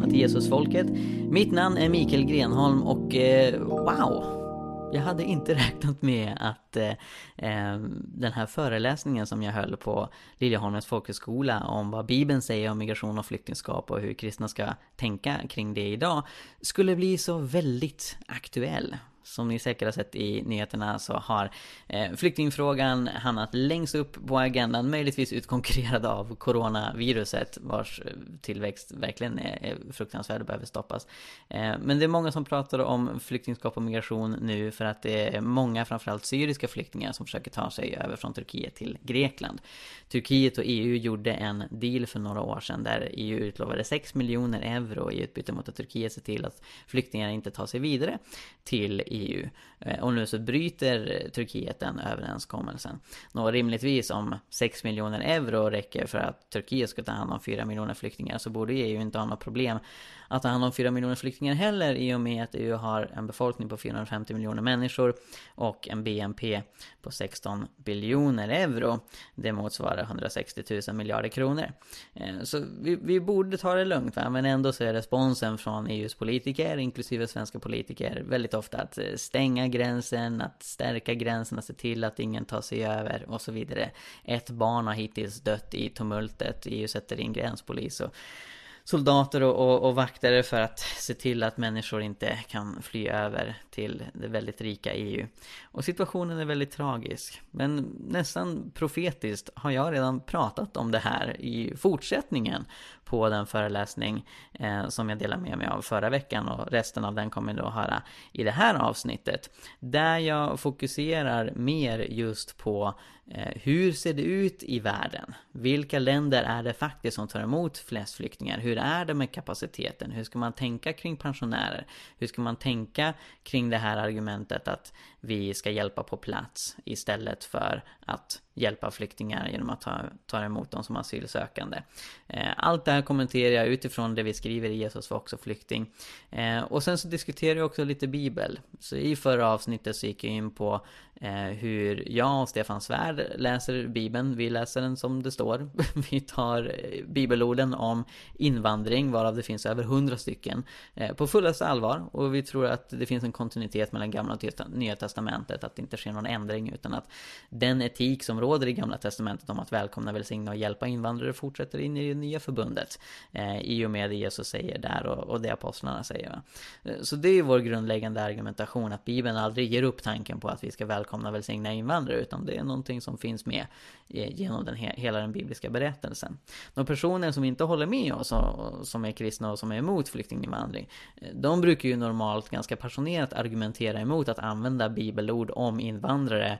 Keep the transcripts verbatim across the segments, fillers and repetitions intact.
till Jesusfolket. Mitt namn är Mikael Grenholm och eh, wow! Jag hade inte räknat med att eh, den här föreläsningen som jag höll på Liljeholmens folkhögskola om vad Bibeln säger om migration och flyktingskap och hur kristna ska tänka kring det idag skulle bli så väldigt aktuell. Som ni säkert har sett i nyheterna så har eh, flyktingfrågan hamnat längst upp på agendan, möjligtvis utkonkurrerad av coronaviruset vars tillväxt verkligen är, är fruktansvärd och behöver stoppas. Eh, men det är många som pratar om flyktingskap och migration nu för att det är många, framförallt syriska flyktingar som försöker ta sig över från Turkiet till Grekland. Turkiet och E U gjorde en deal för några år sedan där E U utlovade sex miljoner euro i utbyte mot att Turkiet ser till att flyktingar inte tar sig vidare till E U. Och nu så bryter Turkiet den överenskommelsen. Nå rimligtvis om sex miljoner euro räcker för att Turkiet ska ta hand om fyra miljoner flyktingar så borde E U inte ha något problem att ta hand om fyra miljoner flyktingar heller i och med att E U har en befolkning på fyrahundrafemtio miljoner människor och en B N P på sexton biljoner euro. Det motsvarar hundrasextio tusen miljarder kronor. Så vi, vi borde ta det lugnt, va? Men ändå så är responsen från E U:s politiker, inklusive svenska politiker, väldigt ofta att stänga gränsen, att stärka gränsen, att se till att ingen tar sig över och så vidare. Ett barn har hittills dött i tumultet. E U sätter in gränspolis och soldater och, och, och vaktare för att se till att människor inte kan fly över till det väldigt rika E U. Och situationen är väldigt tragisk. Men nästan profetiskt har jag redan pratat om det här i fortsättningen på den föreläsning eh, som jag delade med mig av förra veckan, och resten av den kommer då att höra i det här avsnittet. Där jag fokuserar mer just på eh, hur ser det ut i världen? Vilka länder är det faktiskt som tar emot flest flyktingar? Hur är det med kapaciteten? Hur ska man tänka kring pensionärer? Hur ska man tänka kring det här argumentet att vi ska hjälpa på plats istället för att hjälpa flyktingar genom att ta, ta emot dem som asylsökande? Allt det här kommenterar jag utifrån det vi skriver i Jesus var också flykting. Och sen så diskuterar jag också lite Bibel. Så i förra avsnittet så gick jag in på hur jag och Stefan Svärd läser Bibeln. Vi läser den som det står. Vi tar bibelorden om invandring, varav det finns över hundra stycken, på fullaste allvar. Och vi tror att det finns en kontinuitet mellan Gamla och Nya testamentet, att det inte sker någon ändring, utan att den etik som råder i Gamla testamentet om att välkomna, välsigna och hjälpa invandrare fortsätter in i det nya förbundet eh, i och med det Jesus säger där och, och det apostlarna säger. Va? Så det är vår grundläggande argumentation, att Bibeln aldrig ger upp tanken på att vi ska välkomna, välsigna invandrare, utan det är någonting som finns med eh, genom den he- hela den bibliska berättelsen. De personer som inte håller med oss och, som är kristna och som är emot flyktinginvandring, de brukar ju normalt ganska passionerat argumentera emot att använda bibelord om invandrare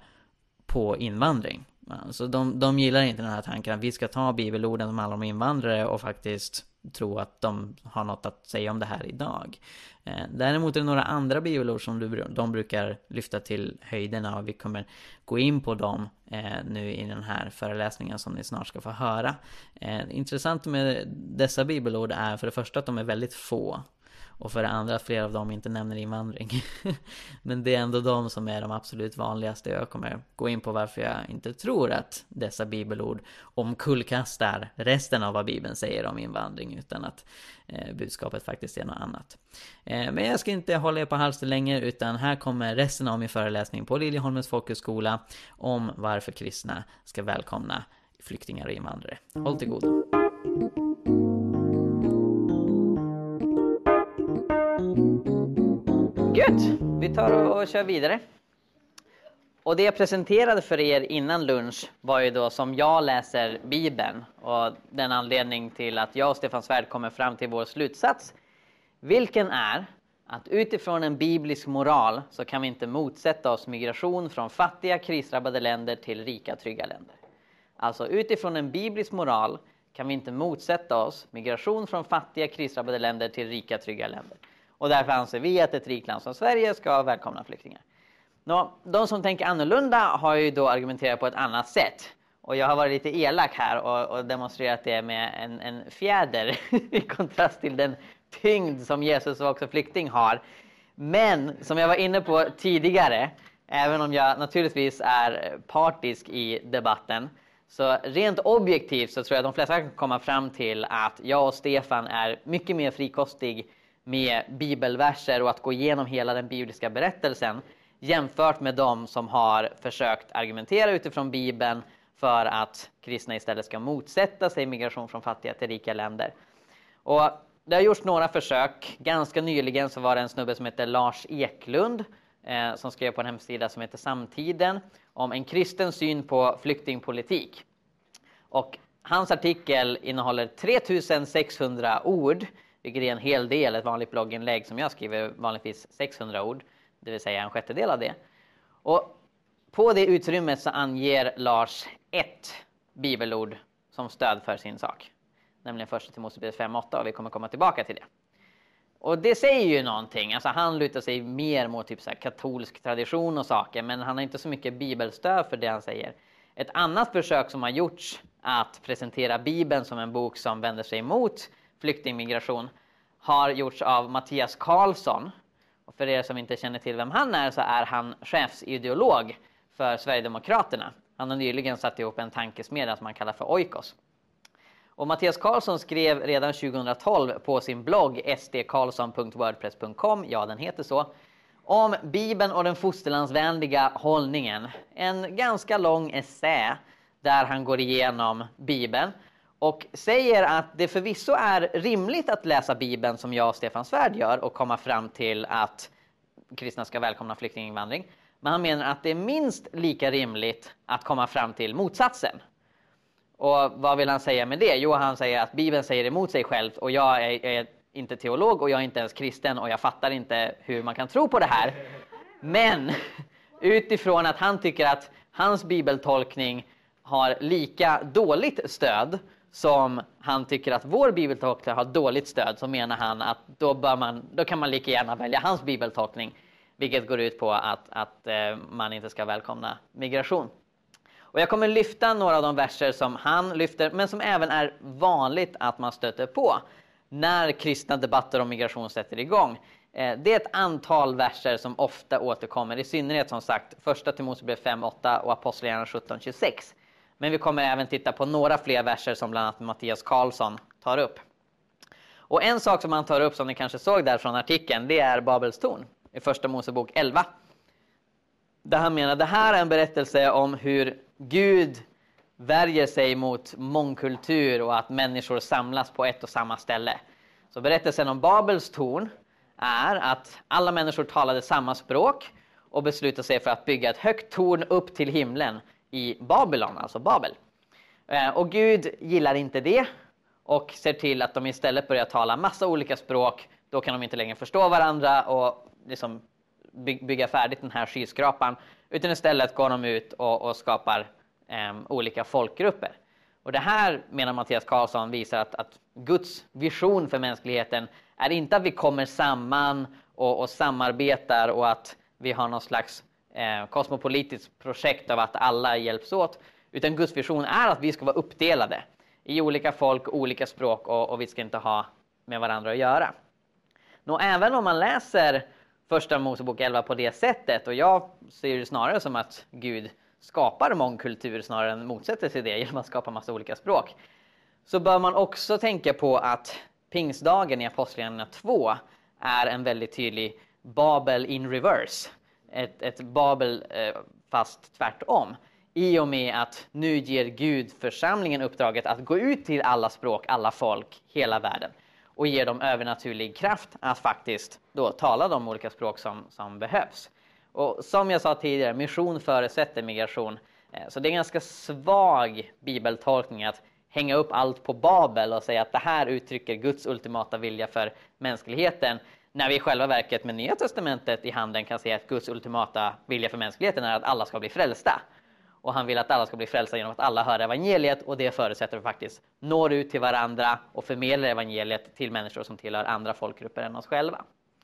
på invandring. Så de, de gillar inte den här tanken att vi ska ta bibelorden som handlar om invandrare och faktiskt tro att de har något att säga om det här idag. Eh, däremot är det några andra bibelord som du, de brukar lyfta till höjderna, och vi kommer gå in på dem eh, nu i den här föreläsningen som ni snart ska få höra. Eh, intressant med dessa bibelord är för det första att de är väldigt få. Och för det andra att flera av dem inte nämner invandring. Men det är ändå de som är de absolut vanligaste. Jag kommer gå in på varför jag inte tror att dessa bibelord omkullkastar resten av vad Bibeln säger om invandring, utan att eh, budskapet faktiskt är något annat. Eh, men jag ska inte hålla er på halster längre, utan här kommer resten av min föreläsning på Liljeholmens folkhögskola om varför kristna ska välkomna flyktingar och invandrare. Håll till godo. Gött! Vi tar och kör vidare. Och det jag presenterade för er innan lunch var ju då som jag läser Bibeln. Och den anledning till att jag och Stefan Svärd kommer fram till vår slutsats. Vilken är att utifrån en biblisk moral så kan vi inte motsätta oss migration från fattiga, krisdrabbade länder till rika, trygga länder. Alltså utifrån en biblisk moral kan vi inte motsätta oss migration från fattiga, krisdrabbade länder till rika, trygga länder. Och därför anser vi att ett rikt land som Sverige ska välkomna flyktingar. Nå, de som tänker annorlunda har ju då argumenterat på ett annat sätt. Och jag har varit lite elak här och, och demonstrerat det med en, en fjäder i kontrast till den tyngd som Jesus och också flykting har. Men som jag var inne på tidigare, även om jag naturligtvis är partisk i debatten, Så rent objektivt så tror jag att de flesta kan komma fram till att jag och Stefan är mycket mer frikostig med bibelverser och att gå igenom hela den bibliska berättelsen jämfört med de som har försökt argumentera utifrån Bibeln för att kristna istället ska motsätta sig migration från fattiga till rika länder. Och det har gjorts några försök. Ganska nyligen så var det en snubbe som heter Lars Eklund eh, som skrev på en hemsida som heter Samtiden om en kristen syn på flyktingpolitik. Och hans artikel innehåller tre tusen sexhundra ord, vilket är en hel del. Ett vanligt blogginlägg som jag skriver vanligtvis sexhundra ord, det vill säga en sjättedel av det. Och på det utrymmet så anger Lars ett bibelord som stöd för sin sak. Nämligen första Timoteusbrevet fem åtta, och vi kommer komma tillbaka till det. Och det säger ju någonting. Alltså han lutar sig mer mot typ så här katolsk tradition och saker, men han har inte så mycket bibelstöd för det han säger. Ett annat försök som har gjorts att presentera Bibeln som en bok som vänder sig mot flyktingmigration har gjorts av Mattias Karlsson. Och för er som inte känner till vem han är så är han chefsideolog för Sverigedemokraterna. Han har nyligen satt ihop en tankesmedja som man kallar för Oikos. Och Mattias Karlsson skrev redan tjugohundratolv på sin blogg s d karlsson punkt wordpress punkt com, ja den heter så, om Bibeln och den fosterlandsvänliga hållningen. En ganska lång essä där han går igenom Bibeln och säger att det förvisso är rimligt att läsa Bibeln som jag och Stefan Svärd gör och komma fram till att kristna ska välkomna flyktinginvandring. Men han menar att det är minst lika rimligt att komma fram till motsatsen. Och vad vill han säga med det? Jo, han säger att Bibeln säger emot sig själv och jag är, är inte teolog och jag är inte ens kristen och jag fattar inte hur man kan tro på det här. Men utifrån att han tycker att hans bibeltolkning har lika dåligt stöd som han tycker att vår bibeltolkning har dåligt stöd, så menar han att då, bör man, då kan man lika gärna välja hans bibeltolkning, vilket går ut på att, att eh, man inte ska välkomna migration. Och jag kommer lyfta några av de verser som han lyfter, men som även är vanligt att man stöter på när kristna debatter om migration sätter igång. Eh, det är ett antal verser som ofta återkommer, i synnerhet som sagt första Timoteusbrevet fem åtta och Apostlagärningarna sjutton tjugosex. Men vi kommer även titta på några fler verser som bland annat Mattias Karlsson tar upp. Och en sak som han tar upp som ni kanske såg där från artikeln, det är Babels torn i första Mosebok elva. Där han menar att det här är en berättelse om hur Gud värjer sig mot mångkultur och att människor samlas på ett och samma ställe. Så berättelsen om Babels torn är att alla människor talade samma språk och beslutade sig för att bygga ett högt torn upp till himlen i Babylon, alltså Babel. Och Gud gillar inte det och ser till att de istället börjar tala massa olika språk. Då kan de inte längre förstå varandra och liksom bygga färdigt den här skyskrapan, utan istället går de ut och, och skapar eh, olika folkgrupper. Och det här, menar Mattias Karlsson, visar att, att Guds vision för mänskligheten är inte att vi kommer samman och, och samarbetar och att vi har någon slags eh, kosmopolitiskt projekt av att alla hjälps åt, utan Guds vision är att vi ska vara uppdelade i olika folk, olika språk och, och vi ska inte ha med varandra att göra. Nå, även om man läser första Mosebok elva på det sättet, och jag ser det snarare som att Gud skapar mångkultur snarare än motsätter sig det genom att skapa massa olika språk, så bör man också tänka på att Pingstdagen i Apostlagärningarna två är en väldigt tydlig Babel in reverse. Ett, ett Babel eh, fast tvärtom. I och med att nu ger Gud församlingen uppdraget att gå ut till alla språk, alla folk, hela världen. Och ger dem övernaturlig kraft att faktiskt då tala de olika språk som, som behövs. Och som jag sa tidigare, mission förutsätter migration. Så det är en ganska svag bibeltolkning att hänga upp allt på Babel och säga att det här uttrycker Guds ultimata vilja för mänskligheten. När vi i själva verket med Nya Testamentet i handen kan säga att Guds ultimata vilja för mänskligheten är att alla ska bli frälsta. Och han vill att alla ska bli frälsta genom att alla hör evangeliet, och det förutsätter att vi faktiskt når ut till varandra och förmedlar evangeliet till människor som tillhör andra folkgrupper än oss själva.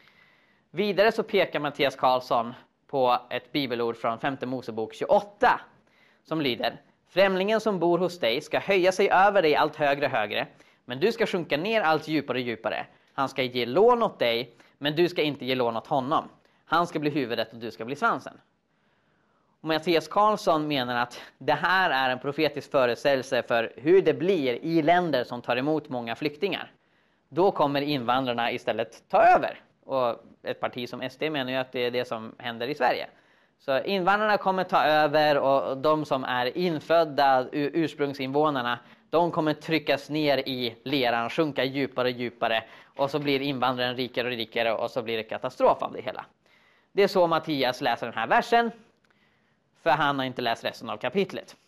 Vidare så pekar Mattias Karlsson på ett bibelord från femte Mosebok tjugoåtta som lyder: främlingen som bor hos dig ska höja sig över dig allt högre högre, men du ska sjunka ner allt djupare djupare. Han ska ge lån åt dig, men du ska inte ge lån åt honom. Han ska bli huvudet och du ska bli svansen. Mattias Karlsson menar att det här är en profetisk förutsägelse för hur det blir i länder som tar emot många flyktingar. Då kommer invandrarna istället ta över. Och ett parti som S D menar ju att det är det som händer i Sverige. Så invandrarna kommer ta över och de som är infödda ursprungsinvånarna, de kommer tryckas ner i leran, sjunka djupare och djupare. Och så blir invandraren rikare och rikare och så blir det katastrof av det hela. Det är så Mattias läser den här versen. För han har inte läst resten av kapitlet.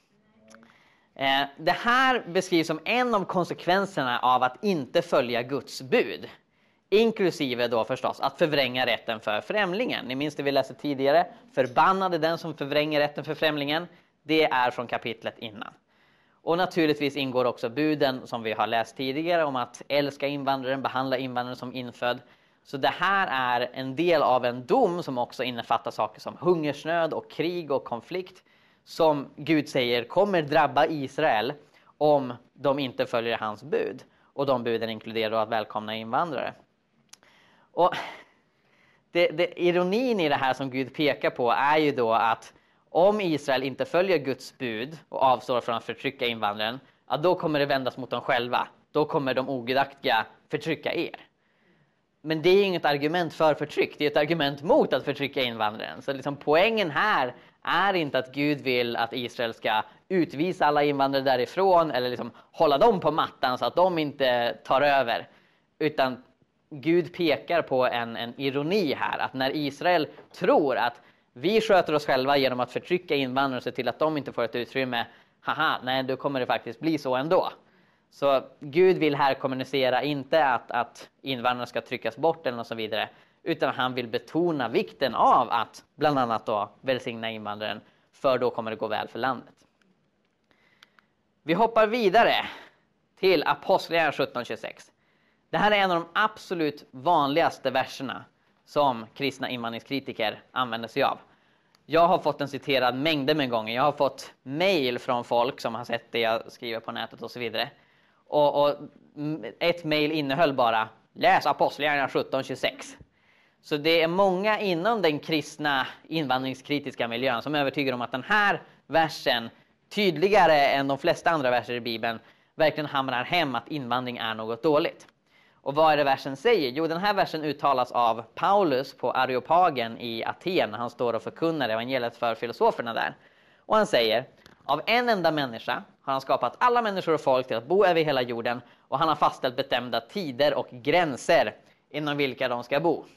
Eh, det här beskrivs som en av konsekvenserna av att inte följa Guds bud. Inklusive då förstås att förvränga rätten för främlingen. Ni minns det vi läste tidigare. Förbannade den som förvränger rätten för främlingen. Det är från kapitlet innan. Och naturligtvis ingår också buden som vi har läst tidigare om att älska invandraren, behandla invandraren som infödd. Så det här är en del av en dom som också innefattar saker som hungersnöd och krig och konflikt. Som Gud säger kommer drabba Israel om de inte följer hans bud. Och de buden inkluderar då att välkomna invandrare. Och det, det, ironin i det här som Gud pekar på är ju då att om Israel inte följer Guds bud och avstår från att förtrycka invandraren, ja, då kommer det vändas mot dem själva. Då kommer de ogudaktiga förtrycka er. Men det är inget argument för förtryck, det är ett argument mot att förtrycka invandraren. Så liksom poängen här är inte att Gud vill att Israel ska utvisa alla invandrare därifrån eller liksom hålla dem på mattan så att de inte tar över. Utan Gud pekar på en, en ironi här, att när Israel tror att vi sköter oss själva genom att förtrycka invandrare och se till att de inte får ett utrymme, haha, nej, då kommer det faktiskt bli så ändå. Så Gud vill här kommunicera inte att, att invandrarna ska tryckas bort eller något så vidare, utan han vill betona vikten av att bland annat då välsigna invandraren, för då kommer det gå väl för landet. Vi hoppar vidare till Apostlagärningarna sjutton tjugosex. Det här är en av de absolut vanligaste verserna som kristna invandringskritiker använder sig av. Jag har fått den citerad mängder med gånger. Jag har fått mejl från folk som har sett det jag skriver på nätet och så vidare. Och, och ett mejl innehöll bara läs Apostlagärningarna sjutton tjugosex. Så det är många inom den kristna invandringskritiska miljön som är övertygade om att den här versen, tydligare än de flesta andra verser i Bibeln, verkligen hamrar hem att invandring är något dåligt. Och vad är det versen säger? Jo, den här versen uttalas av Paulus på Areopagen i Aten när han står och förkunnar evangeliet för filosoferna där. Och han säger, av en enda människa har han skapat alla människor och folk till att bo över hela jorden, och han har fastställt bestämda tider och gränser inom vilka de ska bo.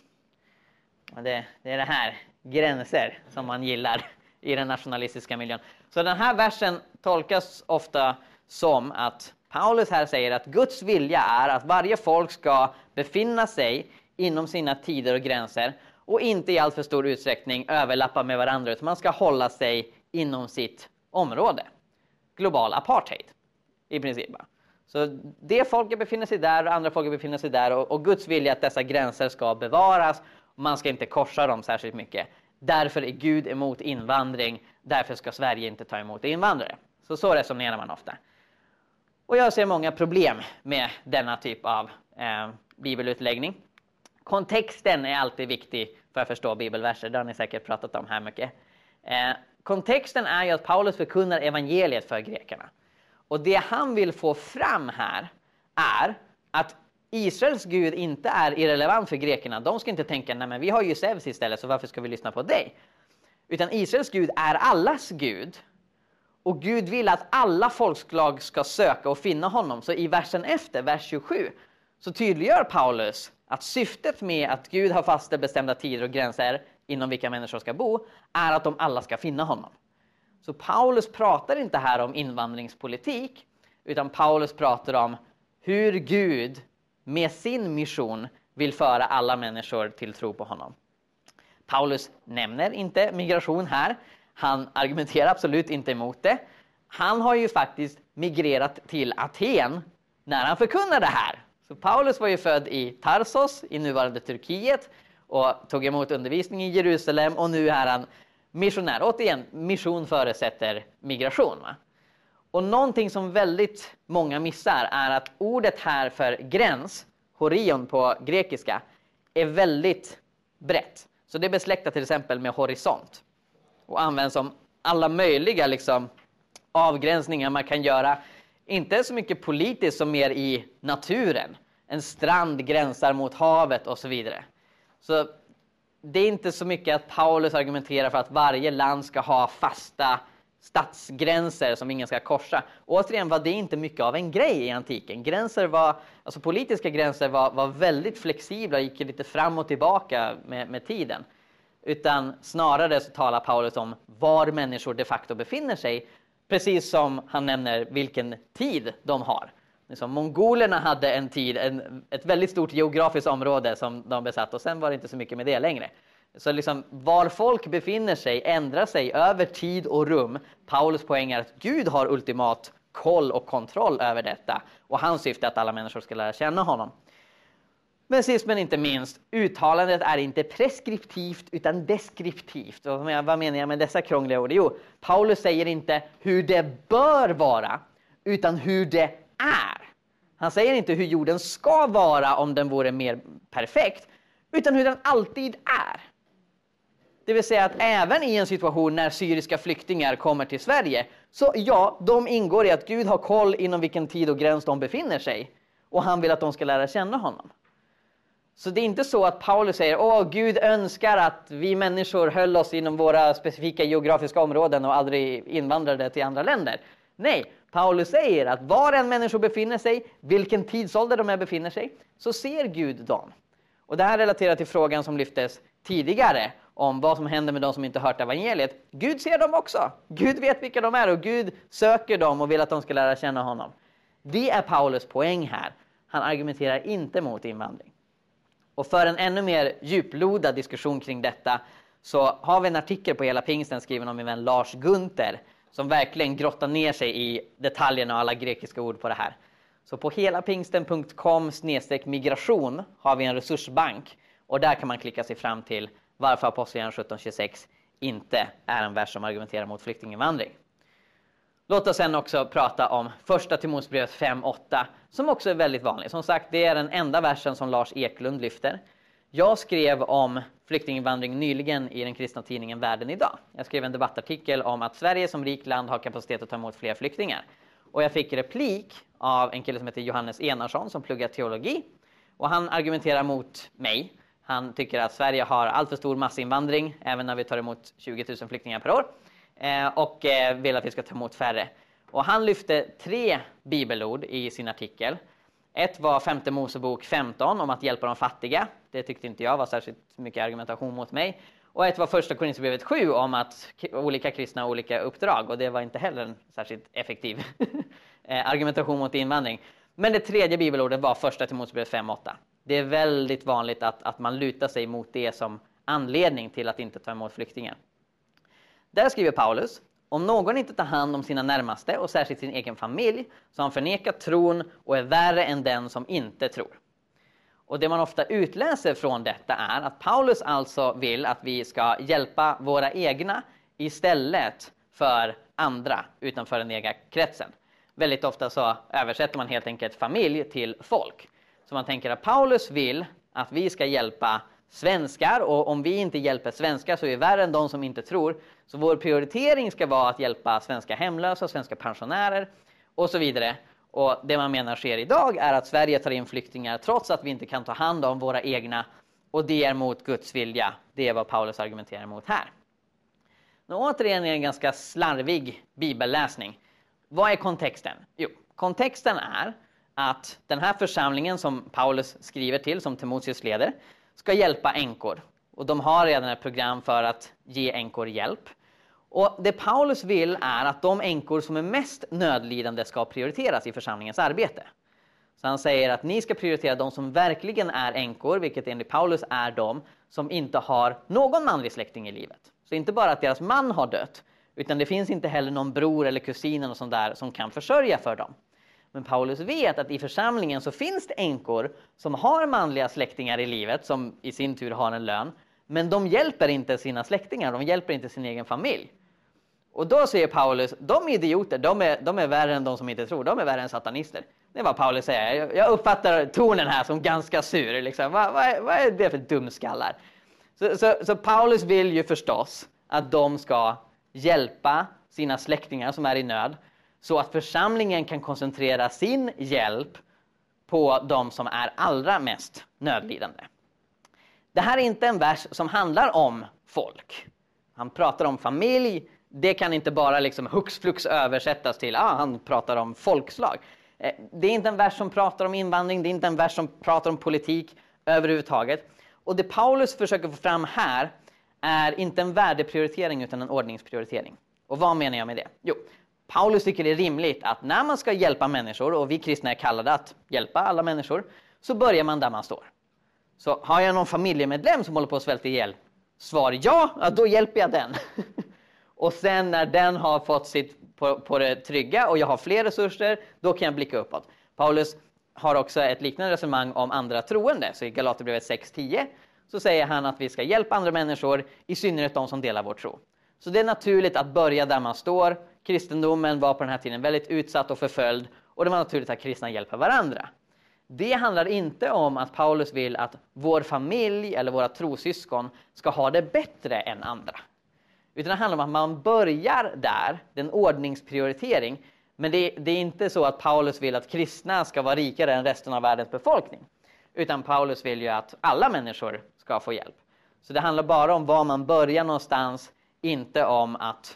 Och det, det är det här, gränser, som man gillar i den nationalistiska miljön. Så den här versen tolkas ofta som att Paulus här säger att Guds vilja är att varje folk ska befinna sig inom sina tider och gränser och inte i allt för stor utsträckning överlappa med varandra, utan man ska hålla sig inom sitt område. Global apartheid i princip. Så det folket befinner sig där och andra folk befinner sig där, och, och Guds vilja är att dessa gränser ska bevaras och man ska inte korsa dem särskilt mycket. Därför är Gud emot invandring, därför ska Sverige inte ta emot invandrare. Så så resonerar man ofta. Och jag ser många problem med denna typ av eh, bibelutläggning. Kontexten är alltid viktig för att förstå bibelverser. Det har ni säkert pratat om här mycket. Eh, kontexten är ju att Paulus förkunnar evangeliet för grekerna. Och det han vill få fram här är att Israels Gud inte är irrelevant för grekerna. De ska inte tänka, nej men vi har ju Zeus istället, så varför ska vi lyssna på dig? Utan Israels Gud är allas Gud. Och Gud vill att alla folkslag ska söka och finna honom. Så i versen efter, vers tjugosju, så tydliggör Paulus att syftet med att Gud har fastställt bestämda tider och gränser inom vilka människor ska bo är att de alla ska finna honom. Så Paulus pratar inte här om invandringspolitik, utan Paulus pratar om hur Gud med sin mission vill föra alla människor till tro på honom. Paulus nämner inte migration här. Han argumenterar absolut inte emot det. Han har ju faktiskt migrerat till Aten när han förkunnar det här. Så Paulus var ju född i Tarsos i nuvarande Turkiet och tog emot undervisning i Jerusalem, och nu är han missionär. Återigen, mission förutsätter migration, va? Och någonting som väldigt många missar är att ordet här för gräns, horion på grekiska, är väldigt brett. Så det är besläktat till exempel med horisont och används om alla möjliga liksom, avgränsningar man kan göra. Inte så mycket politiskt som mer i naturen. En strand gränsar mot havet och så vidare. Så det är inte så mycket att Paulus argumenterar för att varje land ska ha fasta stadsgränser som ingen ska korsa. Återigen var det inte mycket av en grej i antiken. Gränser var, alltså politiska gränser var, var väldigt flexibla och gick lite fram och tillbaka med, med tiden. Utan snarare så talar Paulus om var människor de facto befinner sig. Precis som han nämner vilken tid de har. Liksom, mongolerna hade en tid, en, ett väldigt stort geografiskt område som de besatt. Och sen var det inte så mycket med det längre. Så liksom, var folk befinner sig ändrar sig över tid och rum. Paulus poäng är att Gud har ultimat koll och kontroll över detta. Och hans syfte är att alla människor ska lära känna honom. Men sist men inte minst, uttalandet är inte preskriptivt utan deskriptivt. Och vad menar jag med dessa krångliga ord? Jo, Paulus säger inte hur det bör vara utan hur det är. Han säger inte hur jorden ska vara om den vore mer perfekt utan hur den alltid är. Det vill säga att även i en situation när syriska flyktingar kommer till Sverige, så ja, de ingår i att Gud har koll inom vilken tid och gräns de befinner sig. Och han vill att de ska lära känna honom. Så det är inte så att Paulus säger, åh, Gud önskar att vi människor höll oss inom våra specifika geografiska områden och aldrig invandrade till andra länder. Nej, Paulus säger att var en människa befinner sig, vilken tidsålder de är befinner sig, så ser Gud dem. Och det här relaterar till frågan som lyftes tidigare om vad som händer med de som inte hört evangeliet. Gud ser dem också. Gud vet vilka de är och Gud söker dem och vill att de ska lära känna honom. Det är Paulus poäng här. Han argumenterar inte mot invandring. Och för en ännu mer djuplodad diskussion kring detta så har vi en artikel på Hela Pingsten skriven av min vän Lars Gunther som verkligen grottar ner sig i detaljerna och alla grekiska ord på det här. Så på helapingsten punkt com slash migration har vi en resursbank och där kan man klicka sig fram till varför Apostlagärningarna sjutton tjugosex inte är en vers som argumenterar mot flyktinginvandring. Låt oss sen också prata om första Timoteusbrevet fem åtta som också är väldigt vanlig. Som sagt, det är den enda versen som Lars Eklund lyfter. Jag skrev om flyktinginvandring nyligen i den kristna tidningen Världen idag. Jag skrev en debattartikel om att Sverige som rikt land har kapacitet att ta emot fler flyktingar. Och jag fick replik av en kille som heter Johannes Enarsson som pluggar teologi. Och han argumenterar mot mig. Han tycker att Sverige har alltför stor massinvandring även när vi tar emot tjugo tusen flyktingar per år. Och vill att vi ska ta emot färre. Och han lyfte tre bibelord i sin artikel. Ett var femte Mosebok femton om att hjälpa de fattiga. Det tyckte inte jag var särskilt mycket argumentation mot mig. Och ett var första Korinthierbrevet sju om att olika kristna har olika uppdrag. Och det var inte heller en särskilt effektiv argumentation mot invandring. Men det tredje bibelordet var första Timoteusbrevet fem åtta. Det är väldigt vanligt att, att man lutar sig mot det som anledning till att inte ta emot flyktingar. Där skriver Paulus, om någon inte tar hand om sina närmaste och särskilt sin egen familj så har han förnekat tron och är värre än den som inte tror. Och det man ofta utläser från detta är att Paulus alltså vill att vi ska hjälpa våra egna istället för andra utanför den egna kretsen. Väldigt ofta så översätter man helt enkelt familj till folk. Så man tänker att Paulus vill att vi ska hjälpa svenskar och om vi inte hjälper svenskar så är vi värre än de som inte tror. Så vår prioritering ska vara att hjälpa svenska hemlösa, svenska pensionärer och så vidare. Och det man menar sker idag är att Sverige tar in flyktingar trots att vi inte kan ta hand om våra egna och det är mot Guds vilja. Det är vad Paulus argumenterar mot här. Nu återigen är det en ganska slarvig bibelläsning. Vad är kontexten? Jo, kontexten är att den här församlingen som Paulus skriver till som Timoteus leder ska hjälpa änkor. Och de har redan ett program för att ge änkor hjälp. Och det Paulus vill är att de änkor som är mest nödlidande ska prioriteras i församlingens arbete. Så han säger att ni ska prioritera de som verkligen är änkor, vilket enligt Paulus är de som inte har någon manlig släkting i livet. Så inte bara att deras man har dött, utan det finns inte heller någon bror eller kusin och sånt där som kan försörja för dem. Men Paulus vet att i församlingen så finns det änkor som har manliga släktingar i livet som i sin tur har en lön. Men de hjälper inte sina släktingar, de hjälper inte sin egen familj. Och då säger Paulus, de är idioter, de är, de är värre än de som inte tror, de är värre än satanister. Det är vad Paulus säger. Jag uppfattar tonen här som ganska sur. Liksom. Vad, vad, är, vad är det för dumskallar? Så, så, så Paulus vill ju förstås att de ska hjälpa sina släktingar som är i nöd, så att församlingen kan koncentrera sin hjälp på de som är allra mest nödlidande. Det här är inte en vers som handlar om folk. Han pratar om familj. Det kan inte bara liksom hux flux översättas till ah, han pratar om folkslag. Det är inte en vers som pratar om invandring. Det är inte en vers som pratar om politik överhuvudtaget. Och det Paulus försöker få fram här är inte en värdeprioritering utan en ordningsprioritering. Och vad menar jag med det? Jo, Paulus tycker det är rimligt att när man ska hjälpa människor, och vi kristna är kallade att hjälpa alla människor, så börjar man där man står. Så har jag någon familjemedlem som håller på att svälta ihjäl? Svar ja, ja då hjälper jag den. Och sen när den har fått sitt på, på det trygga och jag har fler resurser, då kan jag blicka uppåt. Paulus har också ett liknande resonemang om andra troende. Så i Galaterbrevet sex tio så säger han att vi ska hjälpa andra människor, i synnerhet de som delar vår tro. Så det är naturligt att börja där man står. Kristendomen var på den här tiden väldigt utsatt och förföljd, och det var naturligt att kristna hjälper varandra. Det handlar inte om att Paulus vill att vår familj eller våra trosyskon ska ha det bättre än andra. Utan det handlar om att man börjar där, det är en ordningsprioritering. Men det, det är inte så att Paulus vill att kristna ska vara rikare än resten av världens befolkning. Utan Paulus vill ju att alla människor ska få hjälp. Så det handlar bara om var man börjar någonstans, inte om att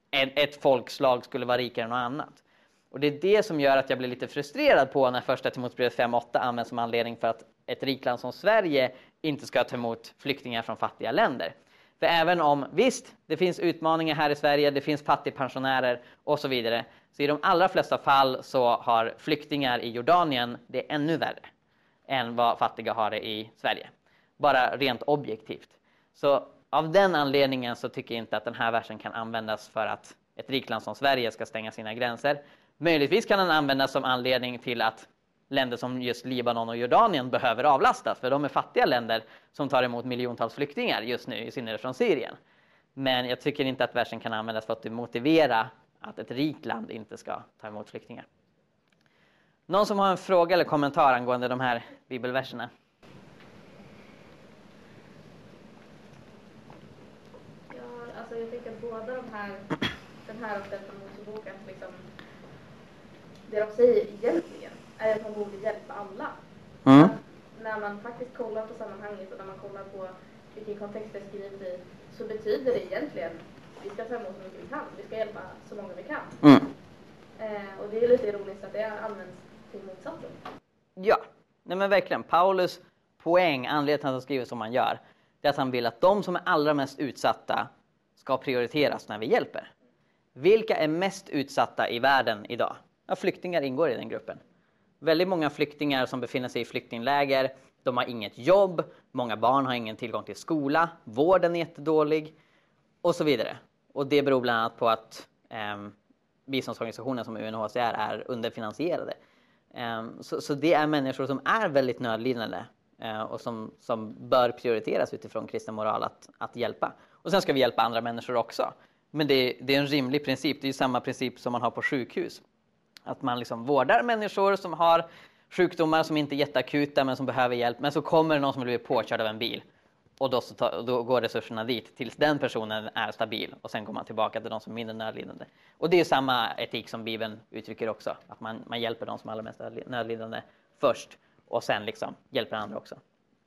ett folkslag skulle vara rikare än något annat. Och det är det som gör att jag blir lite frustrerad på när första Timoteusbrevet fem åtta används som anledning för att ett rikland som Sverige inte ska ta emot flyktingar från fattiga länder. För även om, visst, det finns utmaningar här i Sverige, det finns fattigpensionärer och så vidare, så i de allra flesta fall så har flyktingar i Jordanien det ännu värre än vad fattiga har det i Sverige. Bara rent objektivt. Så av den anledningen så tycker jag inte att den här versen kan användas för att ett rikland som Sverige ska stänga sina gränser. Möjligtvis kan den användas som anledning till att länder som just Libanon och Jordanien behöver avlastas. För de är fattiga länder som tar emot miljontals flyktingar just nu, i synnerhet från Syrien. Men jag tycker inte att versen kan användas för att motivera att ett rikt land inte ska ta emot flyktingar. Någon som har en fråga eller kommentar angående de här bibelverserna? Ja, alltså jag tycker att båda de här, den här och den från Mosebok, att liksom, det de säger egentligen är att man borde hjälpa alla. Mm. När man faktiskt kollar på sammanhanget och när man kollar på vilken kontext det är skrivet i, så betyder det egentligen vi ska ta emot så mycket vi kan. Vi ska hjälpa så många vi kan. Mm. Eh, och det är lite ironiskt att det används till motsatsen. Ja, nej men verkligen. Paulus poäng, anledningen till att han skriver som han gör, det är att han vill att de som är allra mest utsatta ska prioriteras när vi hjälper. Vilka är mest utsatta i världen idag? Ja, flyktingar ingår i den gruppen. Väldigt många flyktingar som befinner sig i flyktingläger, de har inget jobb, många barn har ingen tillgång till skola, vården är jättedålig och så vidare. Och det beror bland annat på att eh, biståndsorganisationer som U N H C R är underfinansierade. Eh, så, så det är människor som är väldigt nödlidande eh, och som, som bör prioriteras utifrån kristen moral att, att hjälpa. Och sen ska vi hjälpa andra människor också. Men det, det är en rimlig princip, det är ju samma princip som man har på sjukhus. Att man liksom vårdar människor som har sjukdomar som inte är jätteakuta men som behöver hjälp. Men så kommer det någon som blir påkörd av en bil. Och då, så ta, då går resurserna dit tills den personen är stabil. Och sen går man tillbaka till de som är mindre nödlidande. Och det är samma etik som Bibeln uttrycker också. Att man, man hjälper de som är allra mest nödlidande först. Och sen liksom hjälper andra också.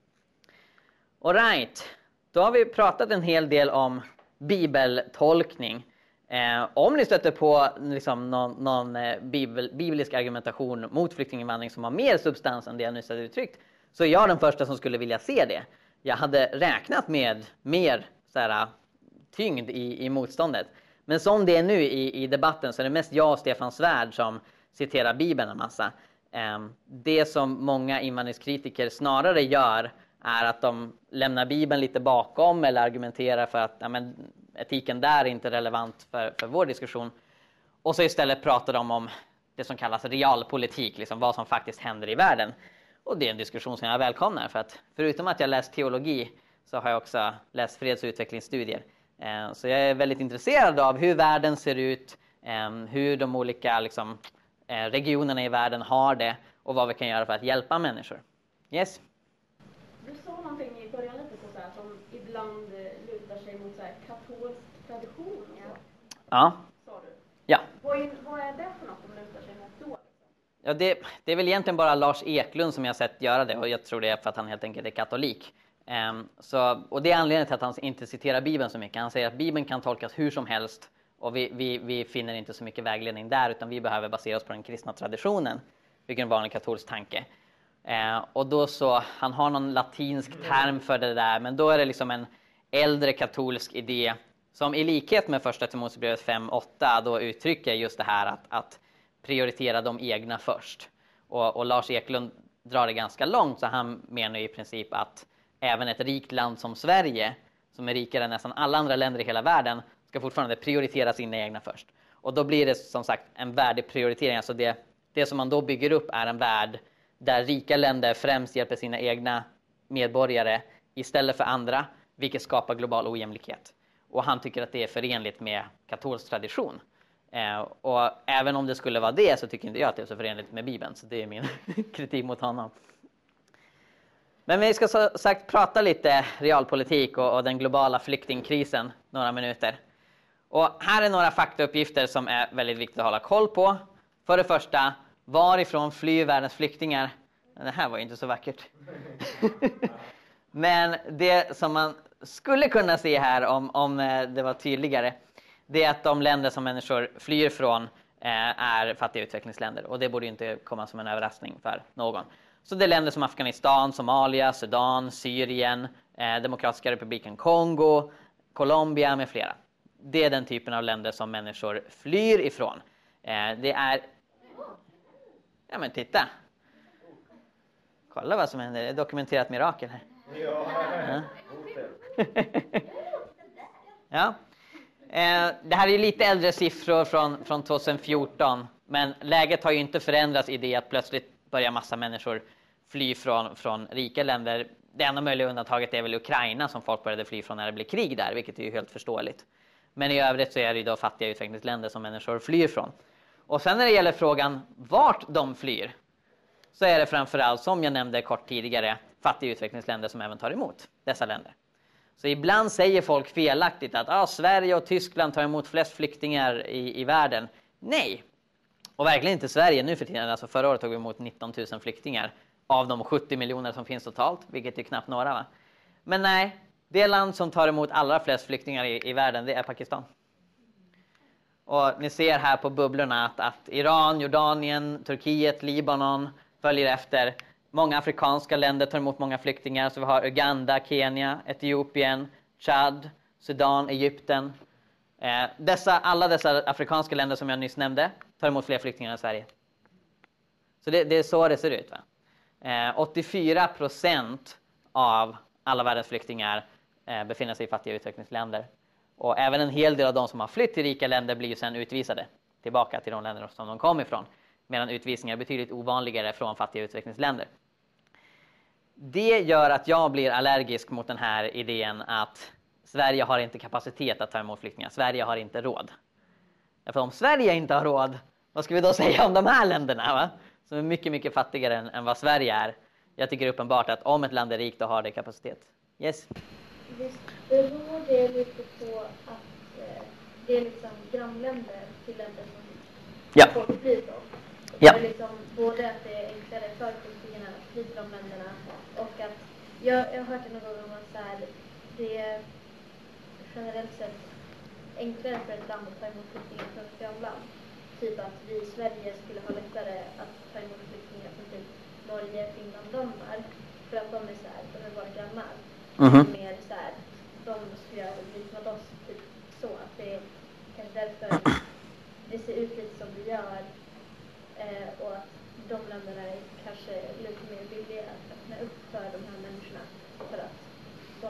All right. Då har vi pratat en hel del om bibeltolkning. Eh, om ni stöter på liksom, någon, någon eh, bibel, biblisk argumentation mot flyktinginvandring som har mer substans än det jag nyss hade uttryckt, så är jag den första som skulle vilja se det. Jag hade räknat med mer såhär, tyngd i, i motståndet. Men som det är nu i, i debatten så är det mest jag och Stefan Svärd som citerar Bibeln en massa. Eh, det som många invandringskritiker snarare gör är att de lämnar Bibeln lite bakom eller argumenterar för att ja, men, etiken där är inte relevant för, för vår diskussion. Och så istället pratar de om det som kallas realpolitik, liksom vad som faktiskt händer i världen. Och det är en diskussion som jag välkomnar, för att förutom att jag läst teologi så har jag också läst freds- och utvecklingsstudier. Eh, så jag är väldigt intresserad av hur världen ser ut, eh, hur de olika liksom, eh, regionerna i världen har det och vad vi kan göra för att hjälpa människor. Yes? Du sa någonting i början lite på så här, som ibland lutar sig mot så här katolsk tradition och så. Ja. Sa du. Ja. Vad är, vad är det för något de lutar sig mot då? Liksom? Ja, det, det är väl egentligen bara Lars Eklund som jag har sett göra det, och jag tror det är för att han helt enkelt är katolik. Um, så, och det är anledningen till att han inte citerar Bibeln så mycket. Han säger att Bibeln kan tolkas hur som helst och vi, vi, vi finner inte så mycket vägledning där, utan vi behöver basera oss på den kristna traditionen, vilken är en vanlig katolsk tanke. Uh, och då så, han har någon latinsk term för det där, men då är det liksom en äldre katolsk idé som i likhet med första Timoteusbrevet fem åtta då uttrycker just det här att, att prioritera de egna först. Och, och Lars Eklund drar det ganska långt, så han menar i princip att även ett rikt land som Sverige, som är rikare än nästan alla andra länder i hela världen, ska fortfarande prioritera sina egna först. Och då blir det som sagt en värdeprioritering. Alltså det, det som man då bygger upp är en värld där rika länder främst hjälper sina egna medborgare istället för andra, vilket skapar global ojämlikhet. Och han tycker att det är förenligt med katolsk tradition. Eh, och även om det skulle vara det, så tycker inte jag att det är så förenligt med Bibeln. Så det är min kritik mot honom. Men vi ska så sagt prata lite realpolitik och, och den globala flyktingkrisen några minuter. Och här är några faktauppgifter som är väldigt viktigt att hålla koll på. För det första, varifrån flyr världens flyktingar? Det här var ju inte så vackert. Men det som man skulle kunna se här, om, om det var tydligare, det är att de länder som människor flyr från eh, är fattiga utvecklingsländer. Och det borde inte komma som en överraskning för någon. Så det är länder som Afghanistan, Somalia, Sudan, Syrien, eh, Demokratiska republiken Kongo, Colombia med flera. Det är den typen av länder som människor flyr ifrån. Eh, det är... Ja men titta. Kolla vad som händer. Det är dokumenterat mirakel här. Ja. Ja. Eh, det här är lite äldre siffror från, från tjugohundrafjorton. Men läget har ju inte förändrats i det att plötsligt börjar massa människor fly från, från rika länder. Det enda möjliga undantaget är väl Ukraina, som folk började fly från när det blev krig där, vilket är ju helt förståeligt. Men i övrigt så är det ju då fattiga utvecklingsländer som människor flyr från. Och sen när det gäller frågan vart de flyr, så är det framförallt, som jag nämnde kort tidigare, fattiga utvecklingsländer som även tar emot dessa länder. Så ibland säger folk felaktigt att ah, Sverige och Tyskland tar emot flest flyktingar i, i världen. Nej, och verkligen inte Sverige nu för tiden. Alltså förra året tog vi emot nitton tusen flyktingar av de sjuttio miljoner som finns totalt, vilket är knappt några, va? Men nej, det land som tar emot allra flest flyktingar i, i världen, det är Pakistan. Och ni ser här på bubblorna att, att Iran, Jordanien, Turkiet, Libanon följer efter. Många afrikanska länder tar emot många flyktingar. Så vi har Uganda, Kenya, Etiopien, Chad, Sudan, Egypten. Eh, dessa, alla dessa afrikanska länder som jag nyss nämnde tar emot fler flyktingar än Sverige. Så det, det är så det ser ut, va? Eh, åttiofyra procent av alla världens flyktingar eh, befinner sig i fattiga utvecklingsländer. Och även en hel del av de som har flytt till rika länder blir ju sedan utvisade tillbaka till de länder som de kom ifrån. Medan utvisningar är betydligt ovanligare från fattiga utvecklingsländer. Det gör att jag blir allergisk mot den här idén att Sverige har inte kapacitet att ta emot flyktingar. Sverige har inte råd. För om Sverige inte har råd, vad ska vi då säga om de här länderna, va? Som är mycket, mycket fattigare än, än vad Sverige är. Jag tycker uppenbart att om ett land är rikt, då har det kapacitet. Yes? Visst beror det lite på att eh, det är liksom grannländer till länder som Ja. folk flyr från. Ja. Det är liksom både att det är enklare för flyktingarna att fly till de länderna, och att jag, jag har hört det någon gång om att så här, det är generellt sett enklare för ett land att ta emot flyktingar från ett grannland. Typ att vi i Sverige skulle ha lättare att ta emot flyktingar från typ Norge, Finland, Danmark, för att de är så här, de är våra grannar. Mhm. Mer så här, de skulle göra liknande oss, typ så att det är kanske därför det ser ut lite som det gör, eh, och att de länderna är kanske lite mer villiga att öppna upp för de här människorna för att de,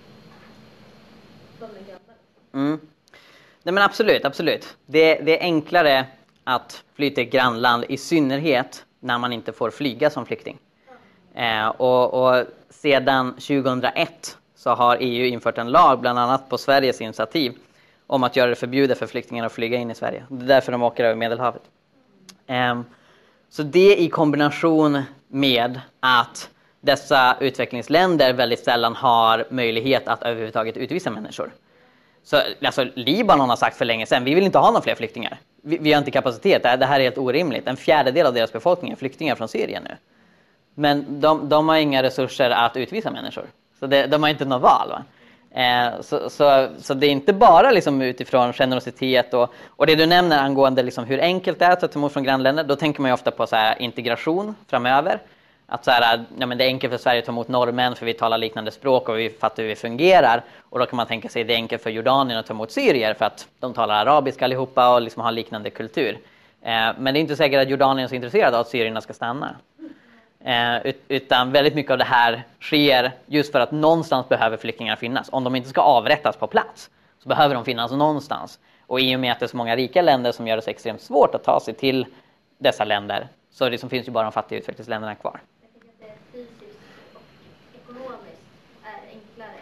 de är grannar. Mm. Nej men absolut, absolut. Det, det är enklare att fly till ett grannland, i synnerhet när man inte får flyga som flykting. Eh, och, och sedan tjugohundraett så har E U infört en lag, bland annat på Sveriges initiativ, om att göra det förbjudet för flyktingar att flyga in i Sverige. Det är därför de åker över Medelhavet. Eh, så det i kombination med att dessa utvecklingsländer väldigt sällan har möjlighet att överhuvudtaget utvisa människor. Så alltså, Libanon har sagt för länge sedan, vi vill inte ha några fler flyktingar. Vi, vi har inte kapacitet, det här, det här är helt orimligt. En fjärdedel av deras befolkning är flyktingar från Syrien nu. Men de, de har inga resurser att utvisa människor. Så det, de har inte något val, va? Eh, så, så, så det är inte bara liksom utifrån generositet och, och det du nämner angående liksom hur enkelt det är att ta emot från grannländer. Då tänker man ju ofta på så här integration framöver. Att så här, ja, men det är enkelt för Sverige att ta emot norrmän för vi talar liknande språk och vi fattar hur vi fungerar. Och då kan man tänka sig att det är enkelt för Jordanien att ta emot syrier för att de talar arabiska allihopa och liksom har liknande kultur. Eh, men det är inte säkert att Jordanien är så intresserad av att syrierna ska stanna. Eh, utan väldigt mycket av det här sker just för att någonstans behöver flyktingar finnas. Om de inte ska avrättas på plats så behöver de finnas någonstans. Och i och med att det är så många rika länder som gör det så extremt svårt att ta sig till dessa länder så det som finns ju bara de fattiga utvecklingsländerna kvar. Jag tycker att det fysiskt och ekonomiskt är enklare.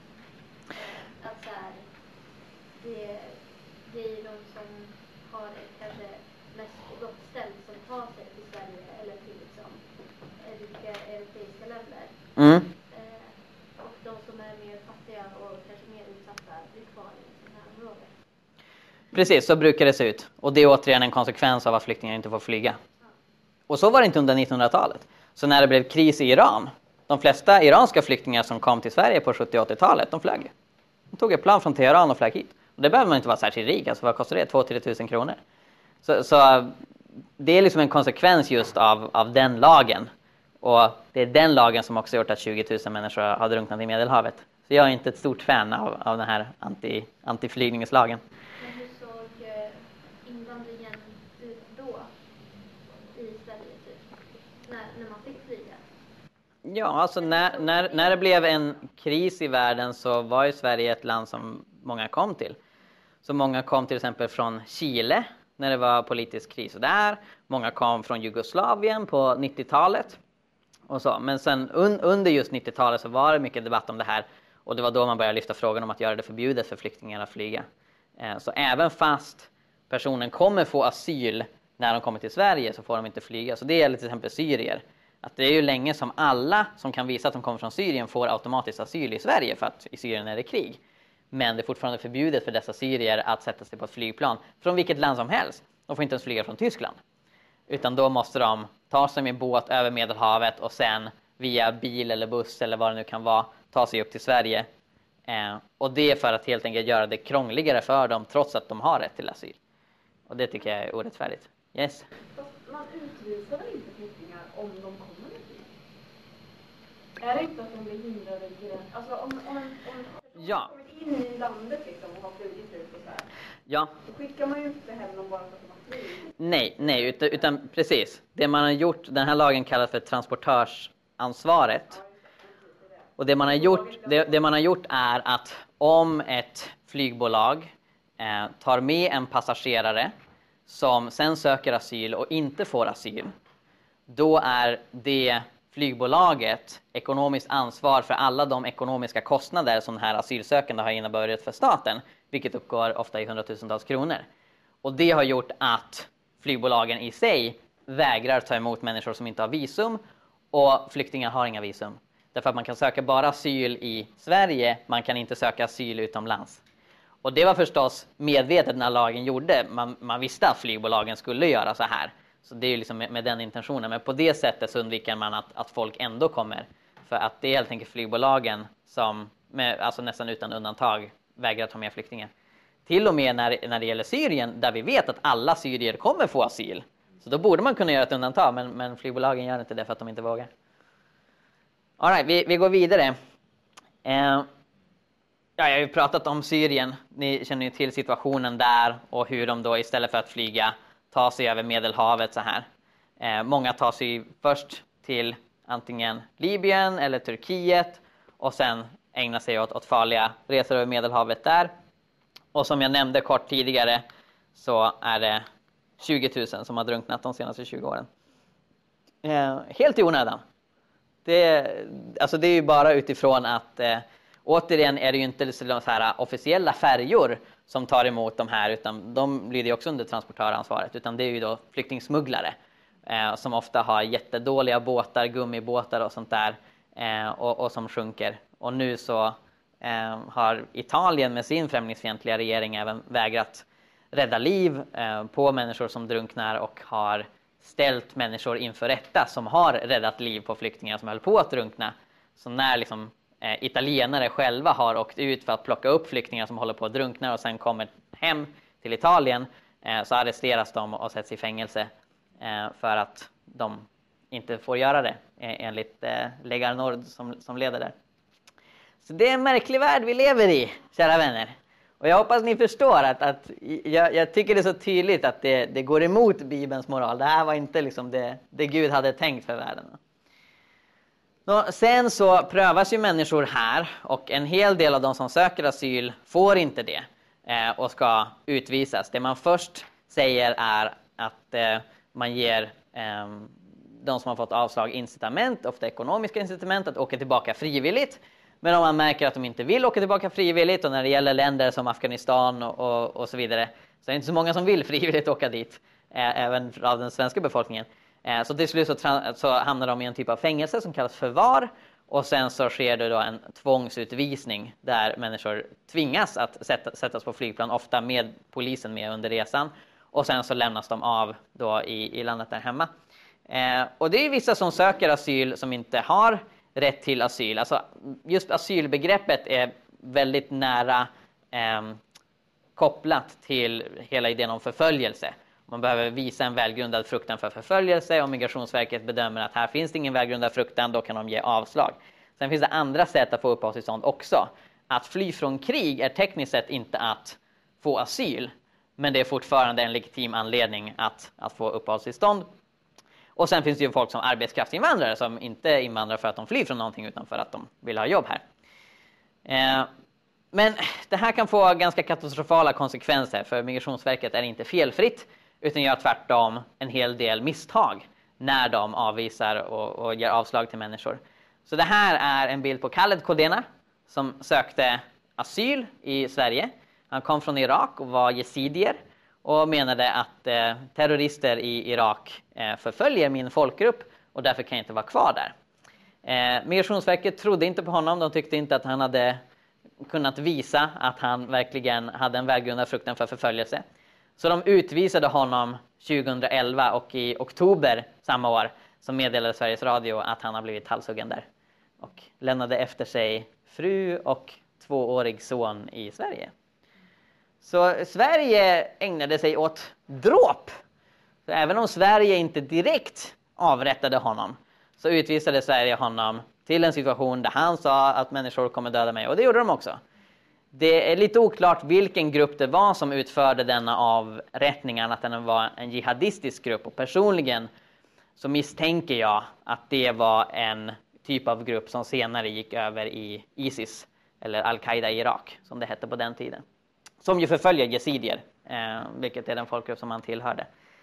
Eh, att så här, det, det är de som har det kanske mest gott ställt som tar sig till Sverige eller till liksom rika europeiska länder. Mm. Eh, och de som är mer fattiga och kanske mer utsatta blir kvar i sina områden. Precis, så brukar det se ut. Och det är återigen en konsekvens av att flyktingar inte får flyga. Och så var det inte under nittonhundratalet. Så när det blev kris i Iran, de flesta iranska flyktingar som kom till Sverige på sjuttio- och åttiotalet, de flög. De tog ett plan från Teheran och flög hit. Och det behöver man inte vara särskilt rik, alltså vad kostar det? två till tre tusen kronor. Så, så det är liksom en konsekvens just av, av den lagen. Och det är den lagen som också gjort att tjugo tusen människor har drunknat i Medelhavet. Så jag är inte ett stort fan av, av den här anti, antiflygningslagen. Men hur såg eh, invandringen ut då i Sverige typ? När, när man fick flyga? Ja, alltså när, när, när det blev en kris i världen så var ju Sverige ett land som många kom till. Så många kom till exempel från Chile när det var politisk kris där. Många kom från Jugoslavien på nittiotalet. Och så. Men sen un, under just nittiotalet så var det mycket debatt om det här. Och det var då man började lyfta frågan om att göra det förbjudet för flyktingar att flyga. Eh, så även fast personen kommer få asyl när de kommer till Sverige så får de inte flyga. Så det gäller till exempel syrier. Att det är ju länge som alla som kan visa att de kommer från Syrien får automatiskt asyl i Sverige för att i Syrien är det krig. Men det är fortfarande förbjudet för dessa syrier att sätta sig på ett flygplan från vilket land som helst. De får inte ens flyga från Tyskland. Utan då måste de ta sig med båt över Medelhavet och sen via bil eller buss eller vad det nu kan vara ta sig upp till Sverige. Eh, och det är för att helt enkelt göra det krångligare för dem trots att de har rätt till asyl. Och det tycker jag är orättfärdigt. Yes. Fast man utvisar väl inte flyktingar om de kommer med flyg? Är det inte att de blir hindrade i gränsen? Alltså om, om, en, om en person Ja. har kommit in i landet liksom och har flugit ut och så här. Ja. Då skickar man ju inte hem dem bara för att de har flugit. Nej, nej utan, utan precis. Det man har gjort, den här lagen kallas för transportörsansvaret. Och det man har gjort, det, det man har gjort är att om ett flygbolag eh, tar med en passagerare som sen söker asyl och inte får asyl, då är det flygbolaget ekonomiskt ansvar för alla de ekonomiska kostnader som den här asylsökande har inneburit för staten, vilket uppgår ofta i hundratusentals kronor. Och det har gjort att flygbolagen i sig vägrar ta emot människor som inte har visum, och flyktingar har inga visum. Därför att man kan söka bara asyl i Sverige, man kan inte söka asyl utomlands. Och det var förstås medvetet när lagen gjorde. Man, man visste att flygbolagen skulle göra så här. Så det är ju liksom med, med den intentionen. Men på det sättet så undviker man att, att folk ändå kommer. För att det är helt enkelt flygbolagen som med, alltså nästan utan undantag vägrar ta med flyktingar. Till och med när, när det gäller Syrien, där vi vet att alla syrier kommer få asyl. Så då borde man kunna göra ett undantag, men, men flygbolagen gör inte det för att de inte vågar. All right, vi, vi går vidare. Eh, ja, jag har ju pratat om Syrien. Ni känner ju till situationen där och hur de då istället för att flyga tar sig över Medelhavet så här. Eh, många tar sig först till antingen Libyen eller Turkiet och sen ägnar sig åt, åt farliga resor över Medelhavet där. Och som jag nämnde kort tidigare så är det tjugo tusen som har drunknat de senaste tjugo åren. Eh, helt i onödan. Det, alltså det är ju bara utifrån att eh, återigen är det ju inte så här officiella färjor som tar emot de här, utan de blir det också under transportöransvaret, utan det är ju då flyktingsmugglare eh, som ofta har jättedåliga båtar, gummibåtar och sånt där eh, och, och som sjunker. Och nu så eh, har Italien med sin främlingsfientliga regering även vägrat rädda liv eh, på människor som drunknar och har ställt människor inför rätta som har räddat liv på flyktingar som höll på att drunkna. Så när liksom, eh, italienare själva har åkt ut för att plocka upp flyktingar som håller på att drunkna och sen kommer hem till Italien, eh, så arresteras de och sätts i fängelse eh, för att de inte får göra det eh, enligt eh, Lega Nord som, som leder där. Så det är en märklig värld vi lever i, kära vänner. Och jag hoppas ni förstår att, att jag, jag tycker det är så tydligt att det, det går emot Bibelns moral. Det här var inte liksom det, det Gud hade tänkt för världen. Nå, sen så prövas ju människor här och en hel del av de som söker asyl får inte det eh, och ska utvisas. Det man först säger är att eh, man ger eh, de som har fått avslag incitament, ofta ekonomiska incitament, att åka tillbaka frivilligt. Men om man märker att de inte vill åka tillbaka frivilligt, och när det gäller länder som Afghanistan och, och, och så vidare, så är det inte så många som vill frivilligt åka dit, eh, även av den svenska befolkningen. Eh, så till slut så, tra- så hamnar de i en typ av fängelse som kallas förvar, och sen så sker det då en tvångsutvisning där människor tvingas att sätta, sättas på flygplan, ofta med polisen med under resan, och sen så lämnas de av då i, i landet där hemma. Eh, och det är vissa som söker asyl som inte har rätt till asyl. Alltså just asylbegreppet är väldigt nära eh, kopplat till hela idén om förföljelse. Man behöver visa en välgrundad fruktan för förföljelse, och Migrationsverket bedömer att här finns det ingen välgrundad fruktan, då kan de ge avslag. Sen finns det andra sätt att få uppehållstillstånd också. Att fly från krig är tekniskt sett inte att få asyl, men det är fortfarande en legitim anledning att, att få uppehållstillstånd. Och sen finns det ju folk som arbetskraftsinvandrare som inte invandrar för att de flyr från någonting utan för att de vill ha jobb här. Eh, men det här kan få ganska katastrofala konsekvenser, för Migrationsverket är inte felfritt utan gör tvärtom en hel del misstag när de avvisar och, och ger avslag till människor. Så det här är en bild på Khaled Kodena som sökte asyl i Sverige. Han kom från Irak och var jesidier och menade att eh, terrorister i Irak eh, förföljer min folkgrupp och därför kan jag inte vara kvar där. Eh, Migrationsverket trodde inte på honom. De tyckte inte att han hade kunnat visa att han verkligen hade en välgrundad fruktan för förföljelse. Så de utvisade honom tjugoelva, och i oktober samma år så meddelade Sveriges Radio att han har blivit halshuggen där. Och lämnade efter sig fru och tvåårig son i Sverige. Så Sverige ägnade sig åt dråp. Så även om Sverige inte direkt avrättade honom, så utvisade Sverige honom till en situation där han sa att människor kommer döda mig. Och det gjorde de också. Det är lite oklart vilken grupp det var som utförde denna avrättning, att den var en jihadistisk grupp. Och personligen så misstänker jag att det var en typ av grupp som senare gick över i ISIS, eller Al-Qaida i Irak, som det hette på den tiden. Som ju förföljer jesidier, eh, vilket är den folkgrupp som han tillhörde.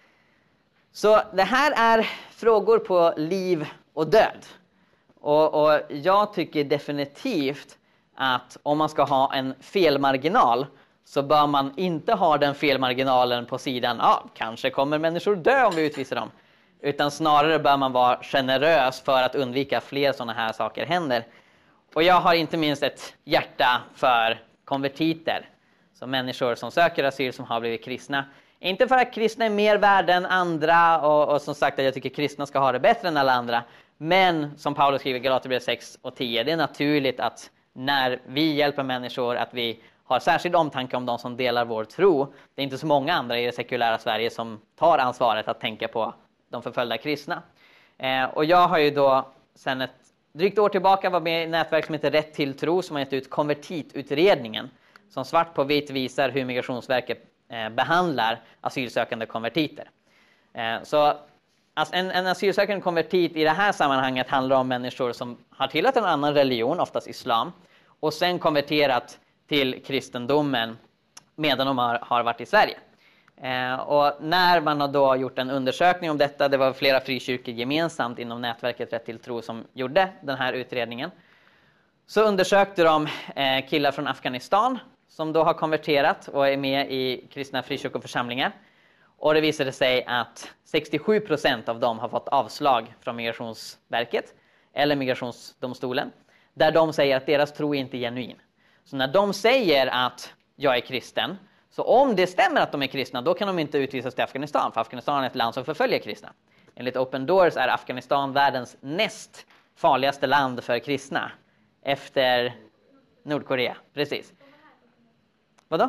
Så det här är frågor på liv och död. Och, och jag tycker definitivt att om man ska ha en felmarginal, så bör man inte ha den felmarginalen på sidan, ja, kanske kommer människor dö om vi utvisar dem. Utan snarare bör man vara generös för att undvika fler sådana här saker händer. Och jag har inte minst ett hjärta för konvertiter. Så människor som söker asyl som har blivit kristna. Inte för att kristna är mer värda än andra, och, och som sagt att jag tycker kristna ska ha det bättre än alla andra. Men som Paulus skriver i Galaterbrevet sex och tio, det är naturligt att när vi hjälper människor att vi har särskild omtanke om de som delar vår tro. Det är inte så många andra i det sekulära Sverige som tar ansvaret att tänka på de förföljda kristna. Eh, och jag har ju då sedan ett drygt år tillbaka varit med i ett nätverk som heter Rätt till tro, som har gett ut konvertitutredningen. Som svart på vitt visar hur Migrationsverket eh, behandlar asylsökande konvertiter. Eh, så alltså en, en asylsökande konvertit i det här sammanhanget handlar om människor som har tillhört en annan religion, oftast islam, och sen konverterat till kristendomen medan de har, har varit i Sverige. Eh, och när man har då gjort en undersökning om detta, det var flera frikyrkor gemensamt inom nätverket Rätt till tro som gjorde den här utredningen, så undersökte de eh, killar från Afghanistan som då har konverterat och är med i kristna frikyrkoförsamlingar. Och det visade sig att sextiosju procent av dem har fått avslag från Migrationsverket eller Migrationsdomstolen, där de säger att deras tro inte är genuin. Så när de säger att jag är kristen, så om det stämmer att de är kristna, då kan de inte utvisas till Afghanistan, för Afghanistan är ett land som förföljer kristna. Enligt Open Doors är Afghanistan världens näst farligaste land för kristna efter Nordkorea, precis. Vadå?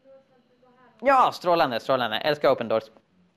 Ja, strålande, strålande. Älskar Open Doors.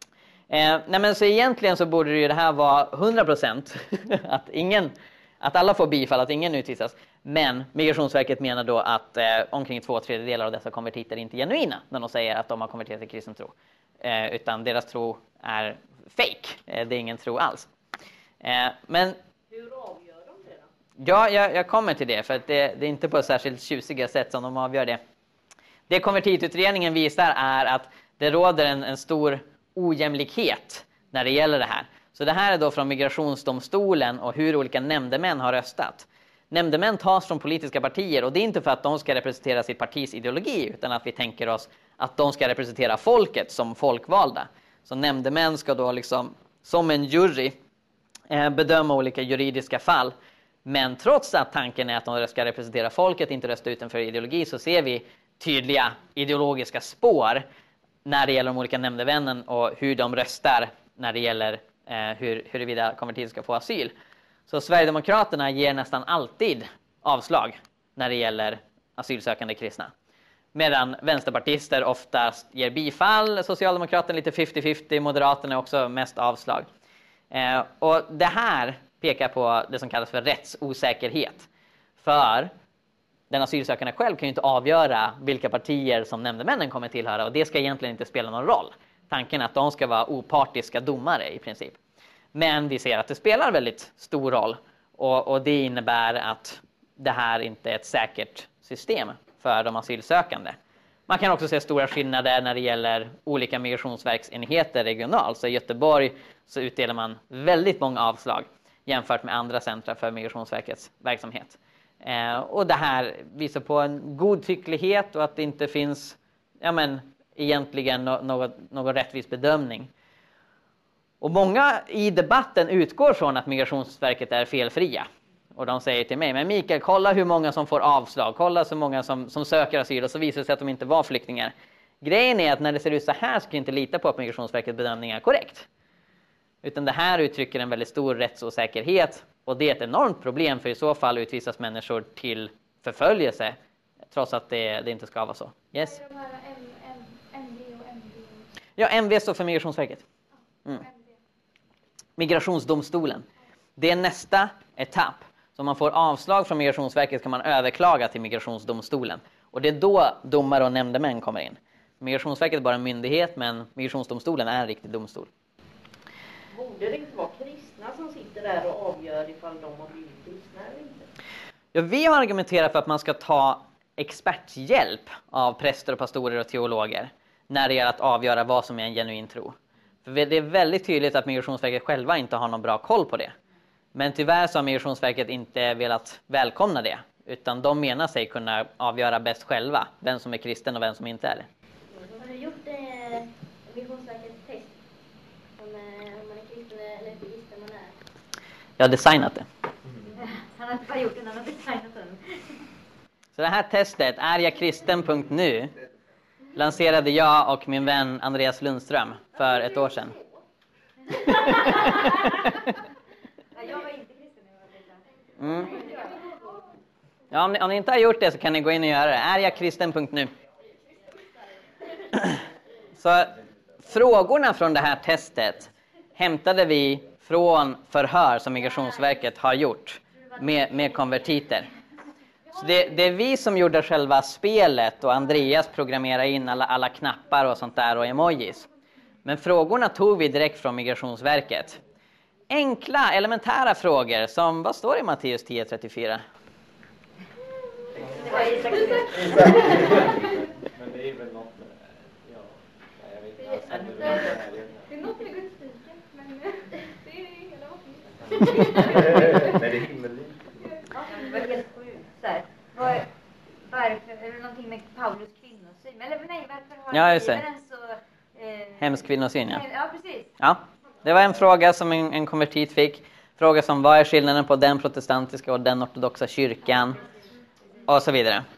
Eh, nej men så egentligen så borde ju det här vara hundra procent att ingen, att alla får bifall, att ingen utvisas. Men Migrationsverket menar då att eh, omkring två tredjedelar av dessa konvertiter inte är genuina när de säger att de har konverterat till kristen tro. Eh, utan deras tro är fake. Eh, det är ingen tro alls. Eh, men Hur avgör de det då? ja, jag, jag kommer till det, för att det, det är inte på ett särskilt tjusiga sätt som de avgör det. Det konvertitutredningen visar är att det råder en, en stor ojämlikhet när det gäller det här. Så det här är då från Migrationsdomstolen och hur olika nämndemän har röstat. Nämndemän tas från politiska partier, och det är inte för att de ska representera sitt partis ideologi, utan att vi tänker oss att de ska representera folket som folkvalda. Så nämndemän ska då liksom som en jury eh, bedöma olika juridiska fall. Men trots att tanken är att de ska representera folket, inte rösta utanför ideologi, så ser vi tydliga ideologiska spår när det gäller de olika nämndemännen och hur de röstar när det gäller eh, hur, huruvida konvertiter ska få asyl. Så Sverigedemokraterna ger nästan alltid avslag när det gäller asylsökande kristna. Medan vänsterpartister oftast ger bifall, Socialdemokraterna lite femtio femtio, Moderaterna också mest avslag. Eh, och det här pekar på det som kallas för rättsosäkerhet. För den asylsökande själv kan ju inte avgöra vilka partier som nämndemännen kommer tillhöra, och det ska egentligen inte spela någon roll. Tanken är att de ska vara opartiska domare i princip. Men vi ser att det spelar väldigt stor roll, och, och det innebär att det här inte är ett säkert system för de asylsökande. Man kan också se stora skillnader när det gäller olika migrationsverksenheter regionalt. Så i Göteborg så utdelar man väldigt många avslag jämfört med andra centra för Migrationsverkets verksamhet. Eh, och det här visar på en godtycklighet och att det inte finns ja men, egentligen no- något, någon rättvis bedömning. Och många i debatten utgår från att Migrationsverket är felfria. Och de säger till mig, men Mikael, kolla hur många som får avslag. Kolla så många som, som söker asyl, och så visar det sig att de inte var flyktingar. Grejen är att när det ser ut så här ska inte lita på att Migrationsverkets bedömning är korrekt. Utan det här uttrycker en väldigt stor rättsosäkerhet. Och det är ett enormt problem, för i så fall utvisas människor till förföljelse. Trots att det, det inte ska vara så. Yes? Vad är de här M, M, M V och M V? Ja, M V står för Migrationsverket. Mm. Migrationsdomstolen. Det är nästa etapp. Så om man får avslag från Migrationsverket kan man överklaga till Migrationsdomstolen. Och det är då domare och nämndemän kommer in. Migrationsverket är bara en myndighet, men Migrationsdomstolen är en riktig domstol. Borde det inte vara kristna som sitter där och avgör ifall de har blivit kristna eller inte? Ja, vi har argumenterat för att man ska ta experthjälp av präster och pastorer och teologer när det gäller att avgöra vad som är en genuin tro. För det är väldigt tydligt att Migrationsverket själva inte har någon bra koll på det. Men tyvärr så har Migrationsverket inte velat välkomna det. Utan de menar sig kunna avgöra bäst själva vem som är kristen och vem som inte är det. Har du gjort eh, Migrationsverkets test? Om, eh, om man är kristen eller ateist man är? Jag har designat det. Han har inte bara gjort det, han har designat den. Så det här testet, är jag kristen punkt nu, lanserade jag och min vän Andreas Lundström för ett år sedan. Jag var inte kristen när jag var liten. Mm. Ja, om ni, om ni inte har gjort det så kan ni gå in och göra det. Är jag kristen punkt nu. Så frågorna från det här testet hämtade vi från förhör som Migrationsverket har gjort med, med konvertiter. Så det, det är vi som gjorde själva spelet, och Andreas programmerade in alla, alla knappar och sånt där och emojis. Men frågorna tog vi direkt från Migrationsverket. Enkla, elementära frågor som, vad står det i Matteus tio trettiofyra? Det var Isak. Men det är väl något, ja, jag vet inte. Det är- Alltså, det är väl det här. Det är något med Guds rike, men det är hela avsnittet. Nej, det är himmelriket. Det var helt sjukt. Så här. Var, varför, är det någonting med Paulus kvinnosyn? Eller nej, varför har Ja, just det. Bibeln så... Eh, Hemsk kvinnosyn, ja. Ja, precis. Ja, det var en fråga som en, en konvertit fick. Fråga som, vad är skillnaden på den protestantiska och den ortodoxa kyrkan? Och så vidare.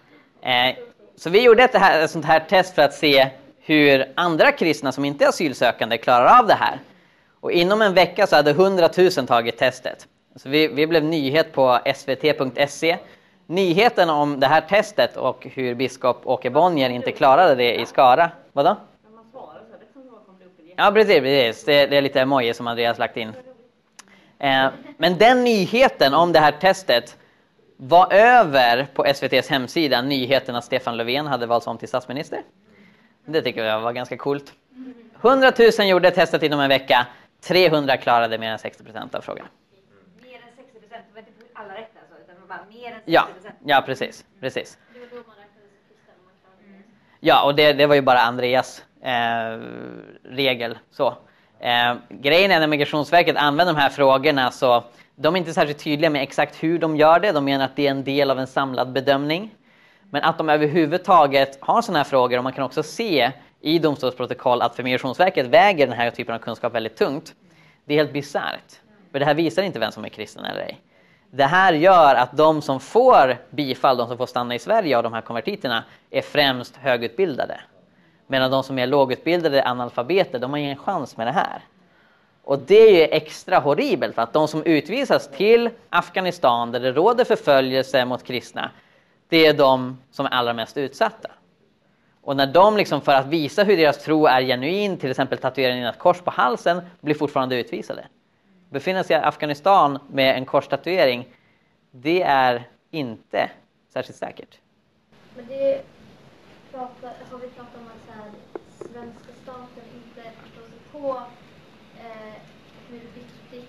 Eh, så vi gjorde ett, här, ett sånt här test för att se hur andra kristna som inte är asylsökande klarar av det här. Och inom en vecka så hade hundratusen tagit testet. Så vi, vi blev nyhet på s v t punkt se. Nyheten om det här testet och hur biskop Åke Bonnier inte klarade det i Skara. Vadå? Man svarar så, det som kommer bli upp i det. Ja, precis. precis. Det, det är lite emoji som Andreas lagt in. Eh, men den nyheten om det här testet var över på S V T:s hemsida. Nyheten att Stefan Löfven hade valts om till statsminister. Det tycker jag var ganska coolt. hundratusen gjorde testet inom en vecka. trehundra klarade mer än sextio procent av frågorna. Mer än sextio procent, det var inte alla rätt alltså, utan det var bara mer än sextio Ja, procent. ja precis. precis. Det var då man räknade som kristen och man klarade det. Ja, och det, det var ju bara Andreas eh, regel. Så. Eh, grejen är när Migrationsverket använder de här frågorna så de är inte särskilt tydliga med exakt hur de gör det. De menar att det är en del av en samlad bedömning. Men att de överhuvudtaget har sådana här frågor, och man kan också se i domstolsprotokoll att för Migrationsverket väger den här typen av kunskap väldigt tungt. Det är helt bisarrt. För det här visar inte vem som är kristen eller ej. Det här gör att de som får bifall, de som får stanna i Sverige av de här konvertiterna, är främst högutbildade. Medan de som är lågutbildade analfabeter, de har ingen chans med det här. Och det är ju extra horribelt för att de som utvisas till Afghanistan där det råder förföljelse mot kristna, det är de som är allra mest utsatta. Och när de liksom för att visa hur deras tro är genuin, till exempel tatuerar in ett kors på halsen, blir fortfarande utvisade. Befinner sig i Afghanistan med en korstatuering, det är inte särskilt säkert. Men det pratar, har vi pratat om att så här, svenska staten inte förstår sig på eh, hur viktigt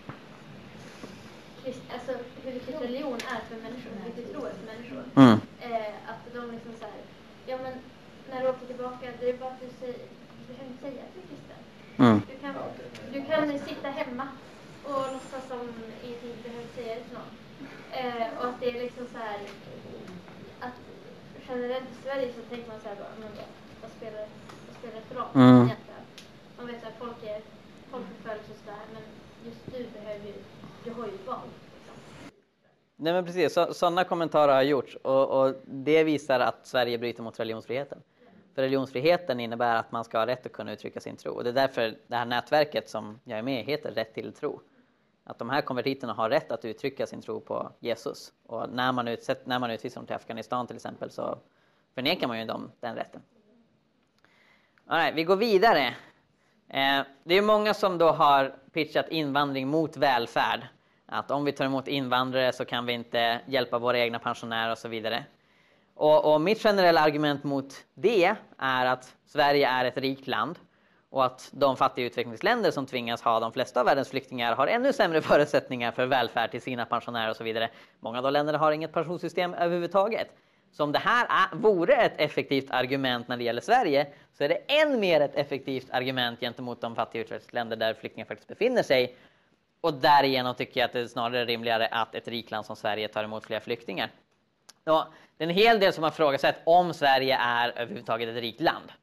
krist, alltså hur viktigt religion är för människor, hur viktigt tro är för människor. Mm. Eh, att de liksom så här, ja men när du åker tillbaka, det är bara att du säger, du behöver inte säga att du är kristen. Mm. Du kan, du kan sitta hemma och låtsas som ingenting, du behöver säga det till någon. Eh, och att det är liksom så här, att generellt i Sverige så tänker man så här, men vad, vad, spelar, vad spelar det för roll Mm. egentligen? Man vet att folk är, folk förföljs och sådär, men just du behöver ju, du har ju ett val. Liksom. Nej men precis, så, sådana kommentarer har gjorts och, och det visar att Sverige bryter mot religionsfriheten. För religionsfriheten innebär att man ska ha rätt att kunna uttrycka sin tro. Och det är därför det här nätverket som jag är med i heter Rätt till tro. Att de här konvertiterna har rätt att uttrycka sin tro på Jesus. Och när man, utsätt, när man utvisar dem till Afghanistan till exempel så förnekar man ju dem den rätten. All right, vi går vidare. Eh, det är många som då har pitchat invandring mot välfärd. Att om vi tar emot invandrare så kan vi inte hjälpa våra egna pensionärer och så vidare. Och, och mitt generella argument mot det är att Sverige är ett rikt land. Och att de fattiga utvecklingsländer som tvingas ha de flesta av världens flyktingar har ännu sämre förutsättningar för välfärd till sina pensionärer och så vidare. Många av de länderna har inget pensionssystem överhuvudtaget. Så om det här är, vore ett effektivt argument när det gäller Sverige så är det än mer ett effektivt argument gentemot de fattiga utvecklingsländer där flyktingar faktiskt befinner sig. Och därigenom tycker jag att det är snarare rimligare att ett rikt land som Sverige tar emot fler flyktingar. Ja, det är en hel del som har frågat sig om Sverige är överhuvudtaget ett rikt land.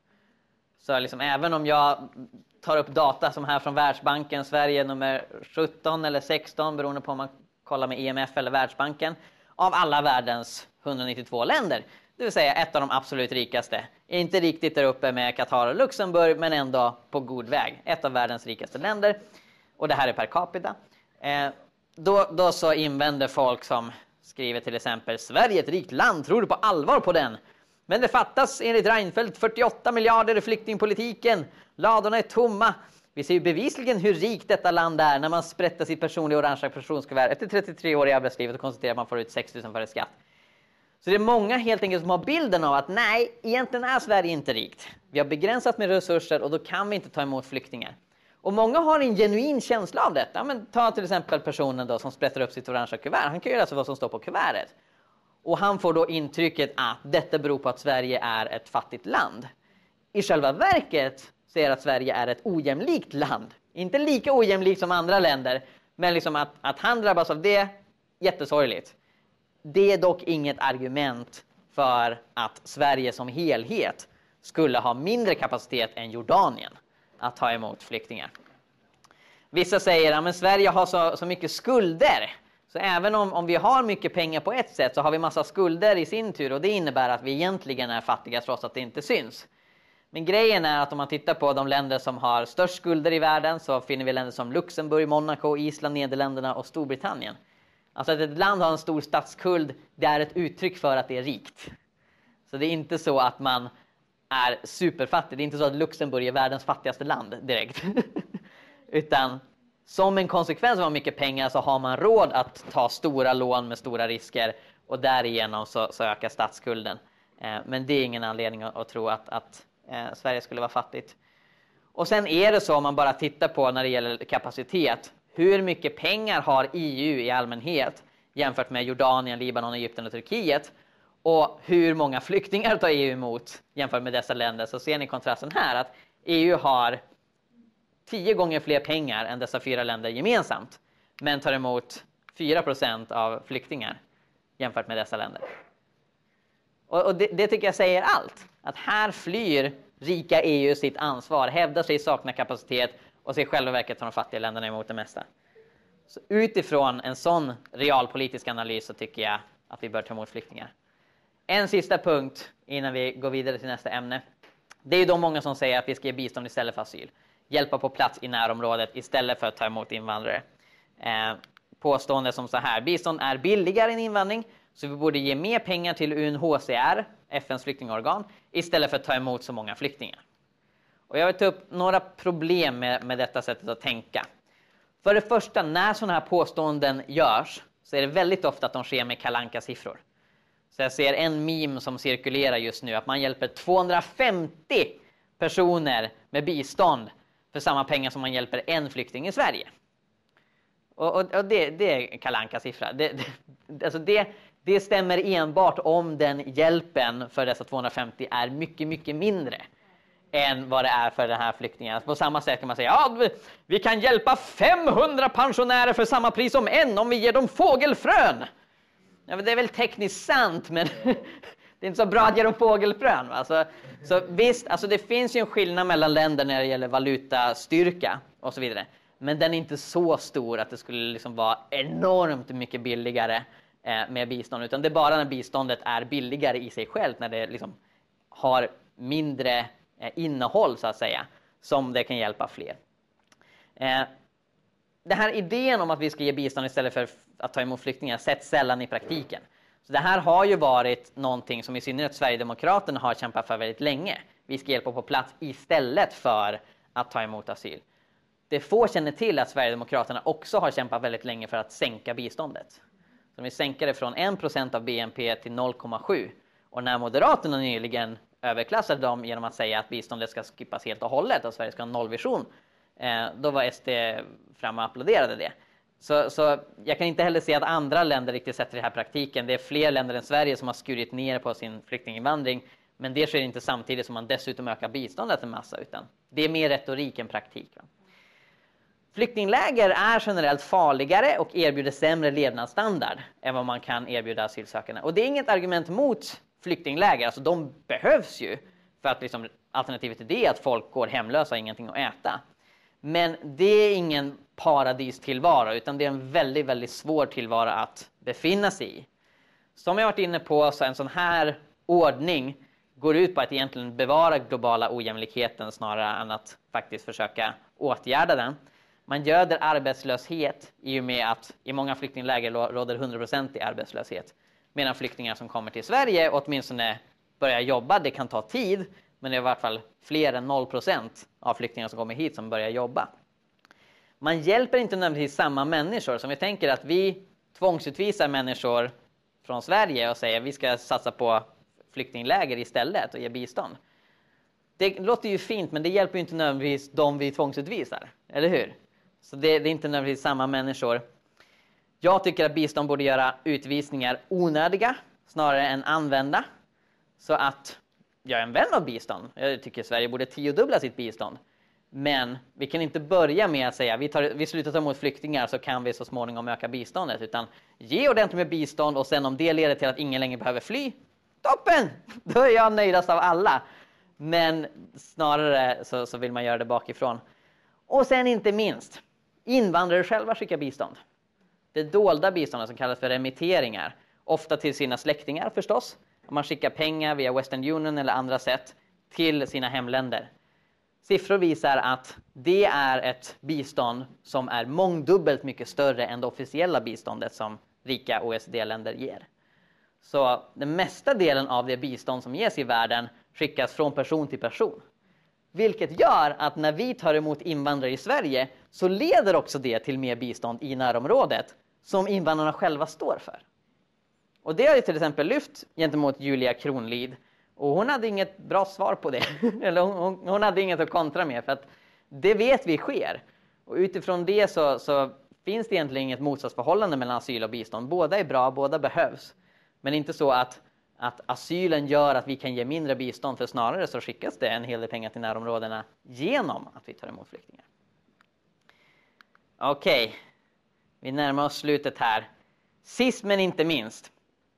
Så liksom, även om jag tar upp data som här från Världsbanken, Sverige nummer sjutton eller sexton beroende på om man kollar med I M F eller Världsbanken, av alla världens hundranittiotvå länder. Det vill säga ett av de absolut rikaste. Inte riktigt där uppe med Qatar och Luxemburg men ändå på god väg. Ett av världens rikaste länder. Och det här är per capita. Eh, då, då så invänder folk som skriver till exempel Sverige är ett rikt land, tror du på allvar på den? Men det fattas enligt Reinfeldt fyrtioåtta miljarder i flyktingpolitiken. Ladorna är tomma. Vi ser ju bevisligen hur rikt detta land är när man sprättar sitt personliga orangea pensionskuvert efter trettiotre år i arbetslivet och konstaterar att man får ut sex tusen för skatt. Så det är många helt enkelt som har bilden av att nej, egentligen är Sverige inte rikt. Vi har begränsat med resurser och då kan vi inte ta emot flyktingar. Och många har en genuin känsla av detta. Men ta till exempel personen då som sprättar upp sitt orangea kuvert. Han kan ju läsa vad som står på kuvertet. Och han får då intrycket att detta beror på att Sverige är ett fattigt land. I själva verket ser att Sverige är ett ojämlikt land. Inte lika ojämlikt som andra länder. Men liksom att, att han drabbas av det, jättesorgligt. Det är dock inget argument för att Sverige som helhet skulle ha mindre kapacitet än Jordanien att ta emot flyktingar. Vissa säger att Sverige har så, så mycket skulder Så även om, om vi har mycket pengar på ett sätt så har vi massa skulder i sin tur, och det innebär att vi egentligen är fattiga trots att det inte syns. Men grejen är att om man tittar på de länder som har störst skulder i världen så finner vi länder som Luxemburg, Monaco, Island, Nederländerna och Storbritannien. Alltså att ett land har en stor statsskuld, det är ett uttryck för att det är rikt. Så det är inte så att man är superfattig. Det är inte så att Luxemburg är världens fattigaste land direkt. Utan som en konsekvens av att ha mycket pengar så har man råd att ta stora lån med stora risker, och därigenom så, så ökar statsskulden. Eh, men det är ingen anledning att, att tro att, att eh, Sverige skulle vara fattigt. Och sen är det så, om man bara tittar på när det gäller kapacitet, hur mycket pengar har E U i allmänhet jämfört med Jordanien, Libanon, Egypten och Turkiet, och hur många flyktingar tar E U emot jämfört med dessa länder, så ser ni kontrasten här att E U har tio gånger fler pengar än dessa fyra länder gemensamt, men tar emot fyra procent av flyktingar jämfört med dessa länder. Och, och det, det tycker jag säger allt. Att här flyr rika E U sitt ansvar, hävdar sig, saknar kapacitet och sig själva verket tar de fattiga länderna emot det mesta. Så utifrån en sån realpolitisk analys så tycker jag att vi bör ta emot flyktingar. En sista punkt innan vi går vidare till nästa ämne. Det är ju de många som säger att vi ska ge bistånd istället för asyl. Hjälpa på plats i närområdet istället för att ta emot invandrare. Eh, påstående som så här: bistånd är billigare än invandring, så vi borde ge mer pengar till U N H C R, F N:s flyktingorgan, istället för att ta emot så många flyktingar. Och jag vill ta upp några problem med, med detta sättet att tänka. För det första, när sådana här påståenden görs så är det väldigt ofta att de sker med Kalle Anka-siffror. Så jag ser en meme som cirkulerar just nu, att man hjälper tvåhundrafemtio personer med bistånd för samma pengar som man hjälper en flykting i Sverige. Och, och, och det, det är Kalle Anka-siffra. Det, det, alltså det, det stämmer enbart om den hjälpen för dessa tvåhundrafemtio är mycket, mycket mindre än vad det är för den här flyktingen. På samma sätt kan man säga, ja, vi, vi kan hjälpa femhundra pensionärer för samma pris som en om vi ger dem fågelfrön. Ja, men det är väl tekniskt sant, men det är inte så bra att ge dem fågelfrön. Alltså, så visst, alltså det finns ju en skillnad mellan länder när det gäller valutastyrka och så vidare. Men den är inte så stor att det skulle liksom vara enormt mycket billigare eh, med bistånd. Utan det är bara när biståndet är billigare i sig självt, när det liksom har mindre eh, innehåll så att säga, som det kan hjälpa fler. Eh, den här idén om att vi ska ge bistånd istället för att ta emot flyktingar sätts sällan i praktiken. Så det här har ju varit någonting som i synnerhet Sverigedemokraterna har kämpat för väldigt länge. Vi ska hjälpa på plats istället för att ta emot asyl. Det få känner till att Sverigedemokraterna också har kämpat väldigt länge för att sänka biståndet. Så vi sänker det från en procent av B N P till noll komma sju. Och när Moderaterna nyligen överklassade dem genom att säga att biståndet ska skippas helt och hållet och Sverige ska ha en nollvision, eh, då var S D fram och applåderade det. Så, så jag kan inte heller se att andra länder riktigt sätter det här praktiken. Det är fler länder än Sverige som har skurit ner på sin flyktinginvandring. Men det sker inte samtidigt som man dessutom ökar biståndet en massa. Utan det är mer retorik än praktik. Va? Flyktingläger är generellt farligare och erbjuder sämre levnadsstandard än vad man kan erbjuda asylsökande. Och det är inget argument mot flyktingläger. Alltså de behövs ju för att liksom, alternativet till det är att folk går hemlösa och har ingenting att äta. Men det är ingen paradistillvaro, utan det är en väldigt, väldigt svår tillvaro att befinna sig i. Som jag varit inne på så en sån här ordning går ut på att egentligen bevara globala ojämlikheten snarare än att faktiskt försöka åtgärda den. Man göder arbetslöshet i och med att i många flyktingläger råder hundra procent i arbetslöshet. Medan flyktingar som kommer till Sverige åtminstone börjar jobba, det kan ta tid. Men det är i alla fall fler än noll procent av flyktingar som kommer hit som börjar jobba. Man hjälper inte nödvändigtvis samma människor. Som vi tänker att vi tvångsutvisar människor från Sverige och säger att vi ska satsa på flyktingläger istället och ge bistånd. Det låter ju fint, men det hjälper ju inte nödvändigtvis de vi tvångsutvisar. Eller hur? Så det, det är inte nödvändigtvis samma människor. Jag tycker att bistånd borde göra utvisningar onödiga snarare än använda. Så att jag är en vän av bistånd. Jag tycker Sverige borde tiodubbla sitt bistånd. Men vi kan inte börja med att säga vi, tar, vi slutar ta emot flyktingar så kan vi så småningom öka biståndet. Utan ge ordentligt med bistånd och sen om det leder till att ingen längre behöver fly, toppen! Då är jag nöjdast av alla. Men snarare så, så vill man göra det bakifrån. Och sen inte minst, invandrare själva skickar bistånd. det dolda biståndet som kallas för remitteringar. Ofta till sina släktingar förstås. Om man skickar pengar via Western Union eller andra sätt till sina hemländer. Siffror visar att det är ett bistånd som är mångdubbelt mycket större än det officiella biståndet som rika O E C D-länder ger. Så den mesta delen av det bistånd som ges i världen skickas från person till person. Vilket gör att när vi tar emot invandrare i Sverige så leder också det till mer bistånd i närområdet som invandrarna själva står för. Och det har jag till exempel lyft gentemot Julia Kronlid. Och hon hade inget bra svar på det. Eller hon, hon hade inget att kontra med, för att det vet vi sker. Och utifrån det så, så finns det egentligen inget motsatsförhållande mellan asyl och bistånd. Båda är bra, båda behövs. Men inte så att, att asylen gör att vi kan ge mindre bistånd, för snarare så skickas det en hel del pengar till närområdena genom att vi tar emot flyktingar. Okej, okay. Vi närmar oss slutet här. Sist men inte minst.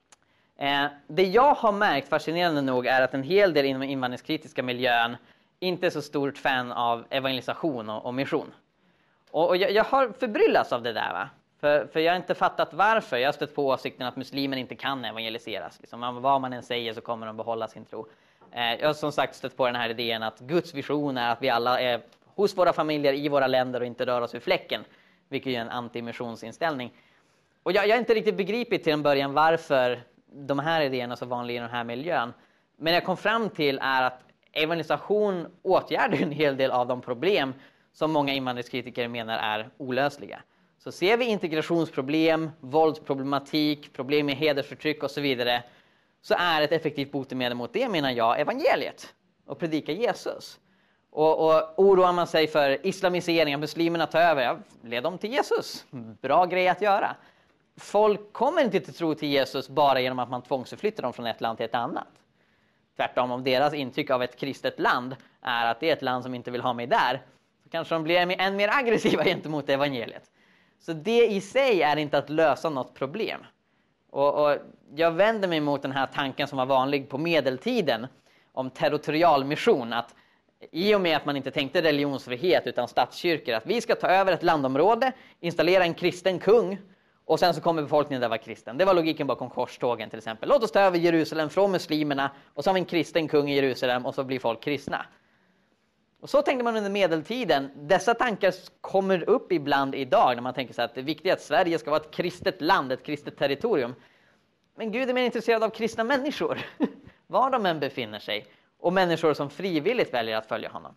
Eh, det jag har märkt fascinerande nog är att en hel del inom invandringskritiska miljön inte är så stort fan av evangelisation och, och mission. Och, och jag, jag har förbryllats av det där, va? För, för jag har inte fattat varför. Jag har stött på åsikten att muslimer inte kan evangeliseras. Liksom, vad man än säger så kommer de behålla sin tro. Eh, jag har som sagt stött på den här idén att Guds vision är att vi alla är hos våra familjer i våra länder och inte rör oss ur fläcken. Vilket är en anti-missionsinställning. Och jag, jag har inte riktigt begripit till en början varför de här idéerna är så vanliga i den här miljön. Men jag kom fram till är att evangelisation åtgärdar en hel del av de problem som många invandringskritiker menar är olösliga. Så ser vi integrationsproblem, våldsproblematik, problem med hedersförtryck och så vidare, så är ett effektivt botemedel mot det, menar jag, evangeliet och predika Jesus. Och, och oroar man sig för islamisering, att muslimerna tar över, ja, led dem till Jesus. Bra grej att göra. Folk kommer inte till tro till Jesus bara genom att man tvångsförflyttar dem från ett land till ett annat. Tvärtom, om deras intryck av ett kristet land är att det är ett land som inte vill ha mig där, så kanske de blir än mer aggressiva gentemot evangeliet. Så det i sig är inte att lösa något problem. Och, och jag vänder mig mot den här tanken som var vanlig på medeltiden om territorialmission, att i och med att man inte tänkte religionsfrihet utan statskyrkor, att vi ska ta över ett landområde, installera en kristen kung och sen så kommer befolkningen där vara kristen. Det var logiken bakom korstågen till exempel. Låt oss ta över Jerusalem från muslimerna och så har vi en kristen kung i Jerusalem och så blir folk kristna. Och så tänkte man under medeltiden. Dessa tankar kommer upp ibland idag när man tänker så att det är viktigt att Sverige ska vara ett kristet land, ett kristet territorium. Men Gud är mer intresserad av kristna människor, var de än befinner sig. Och människor som frivilligt väljer att följa honom.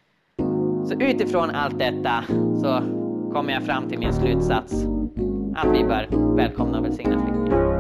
Så utifrån allt detta så kommer jag fram till min slutsats att vi bör välkomna och välsigna flyktingar.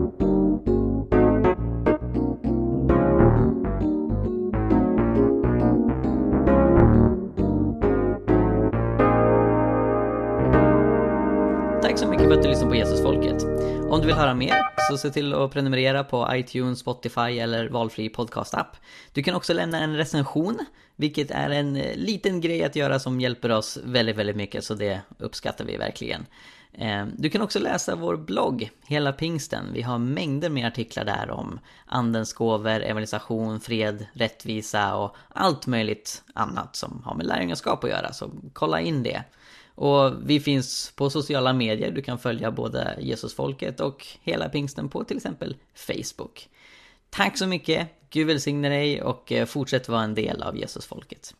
Tack så mycket för att du lyssnar på Jesusfolket. Om du vill höra mer så se till att prenumerera på iTunes, Spotify eller valfri podcastapp. Du kan också lämna en recension, vilket är en liten grej att göra som hjälper oss väldigt, väldigt mycket, så det uppskattar vi verkligen. Du kan också läsa vår blogg, Hela Pingsten. Vi har mängder med artiklar där om andens gåvor, evangelisation, fred, rättvisa och allt möjligt annat som har med lärjungaskap att göra, så kolla in det. Och vi finns på sociala medier. Du kan följa både Jesusfolket och Hela Pingsten på till exempel Facebook. Tack så mycket. Gud välsigne dig och fortsätt vara en del av Jesusfolket.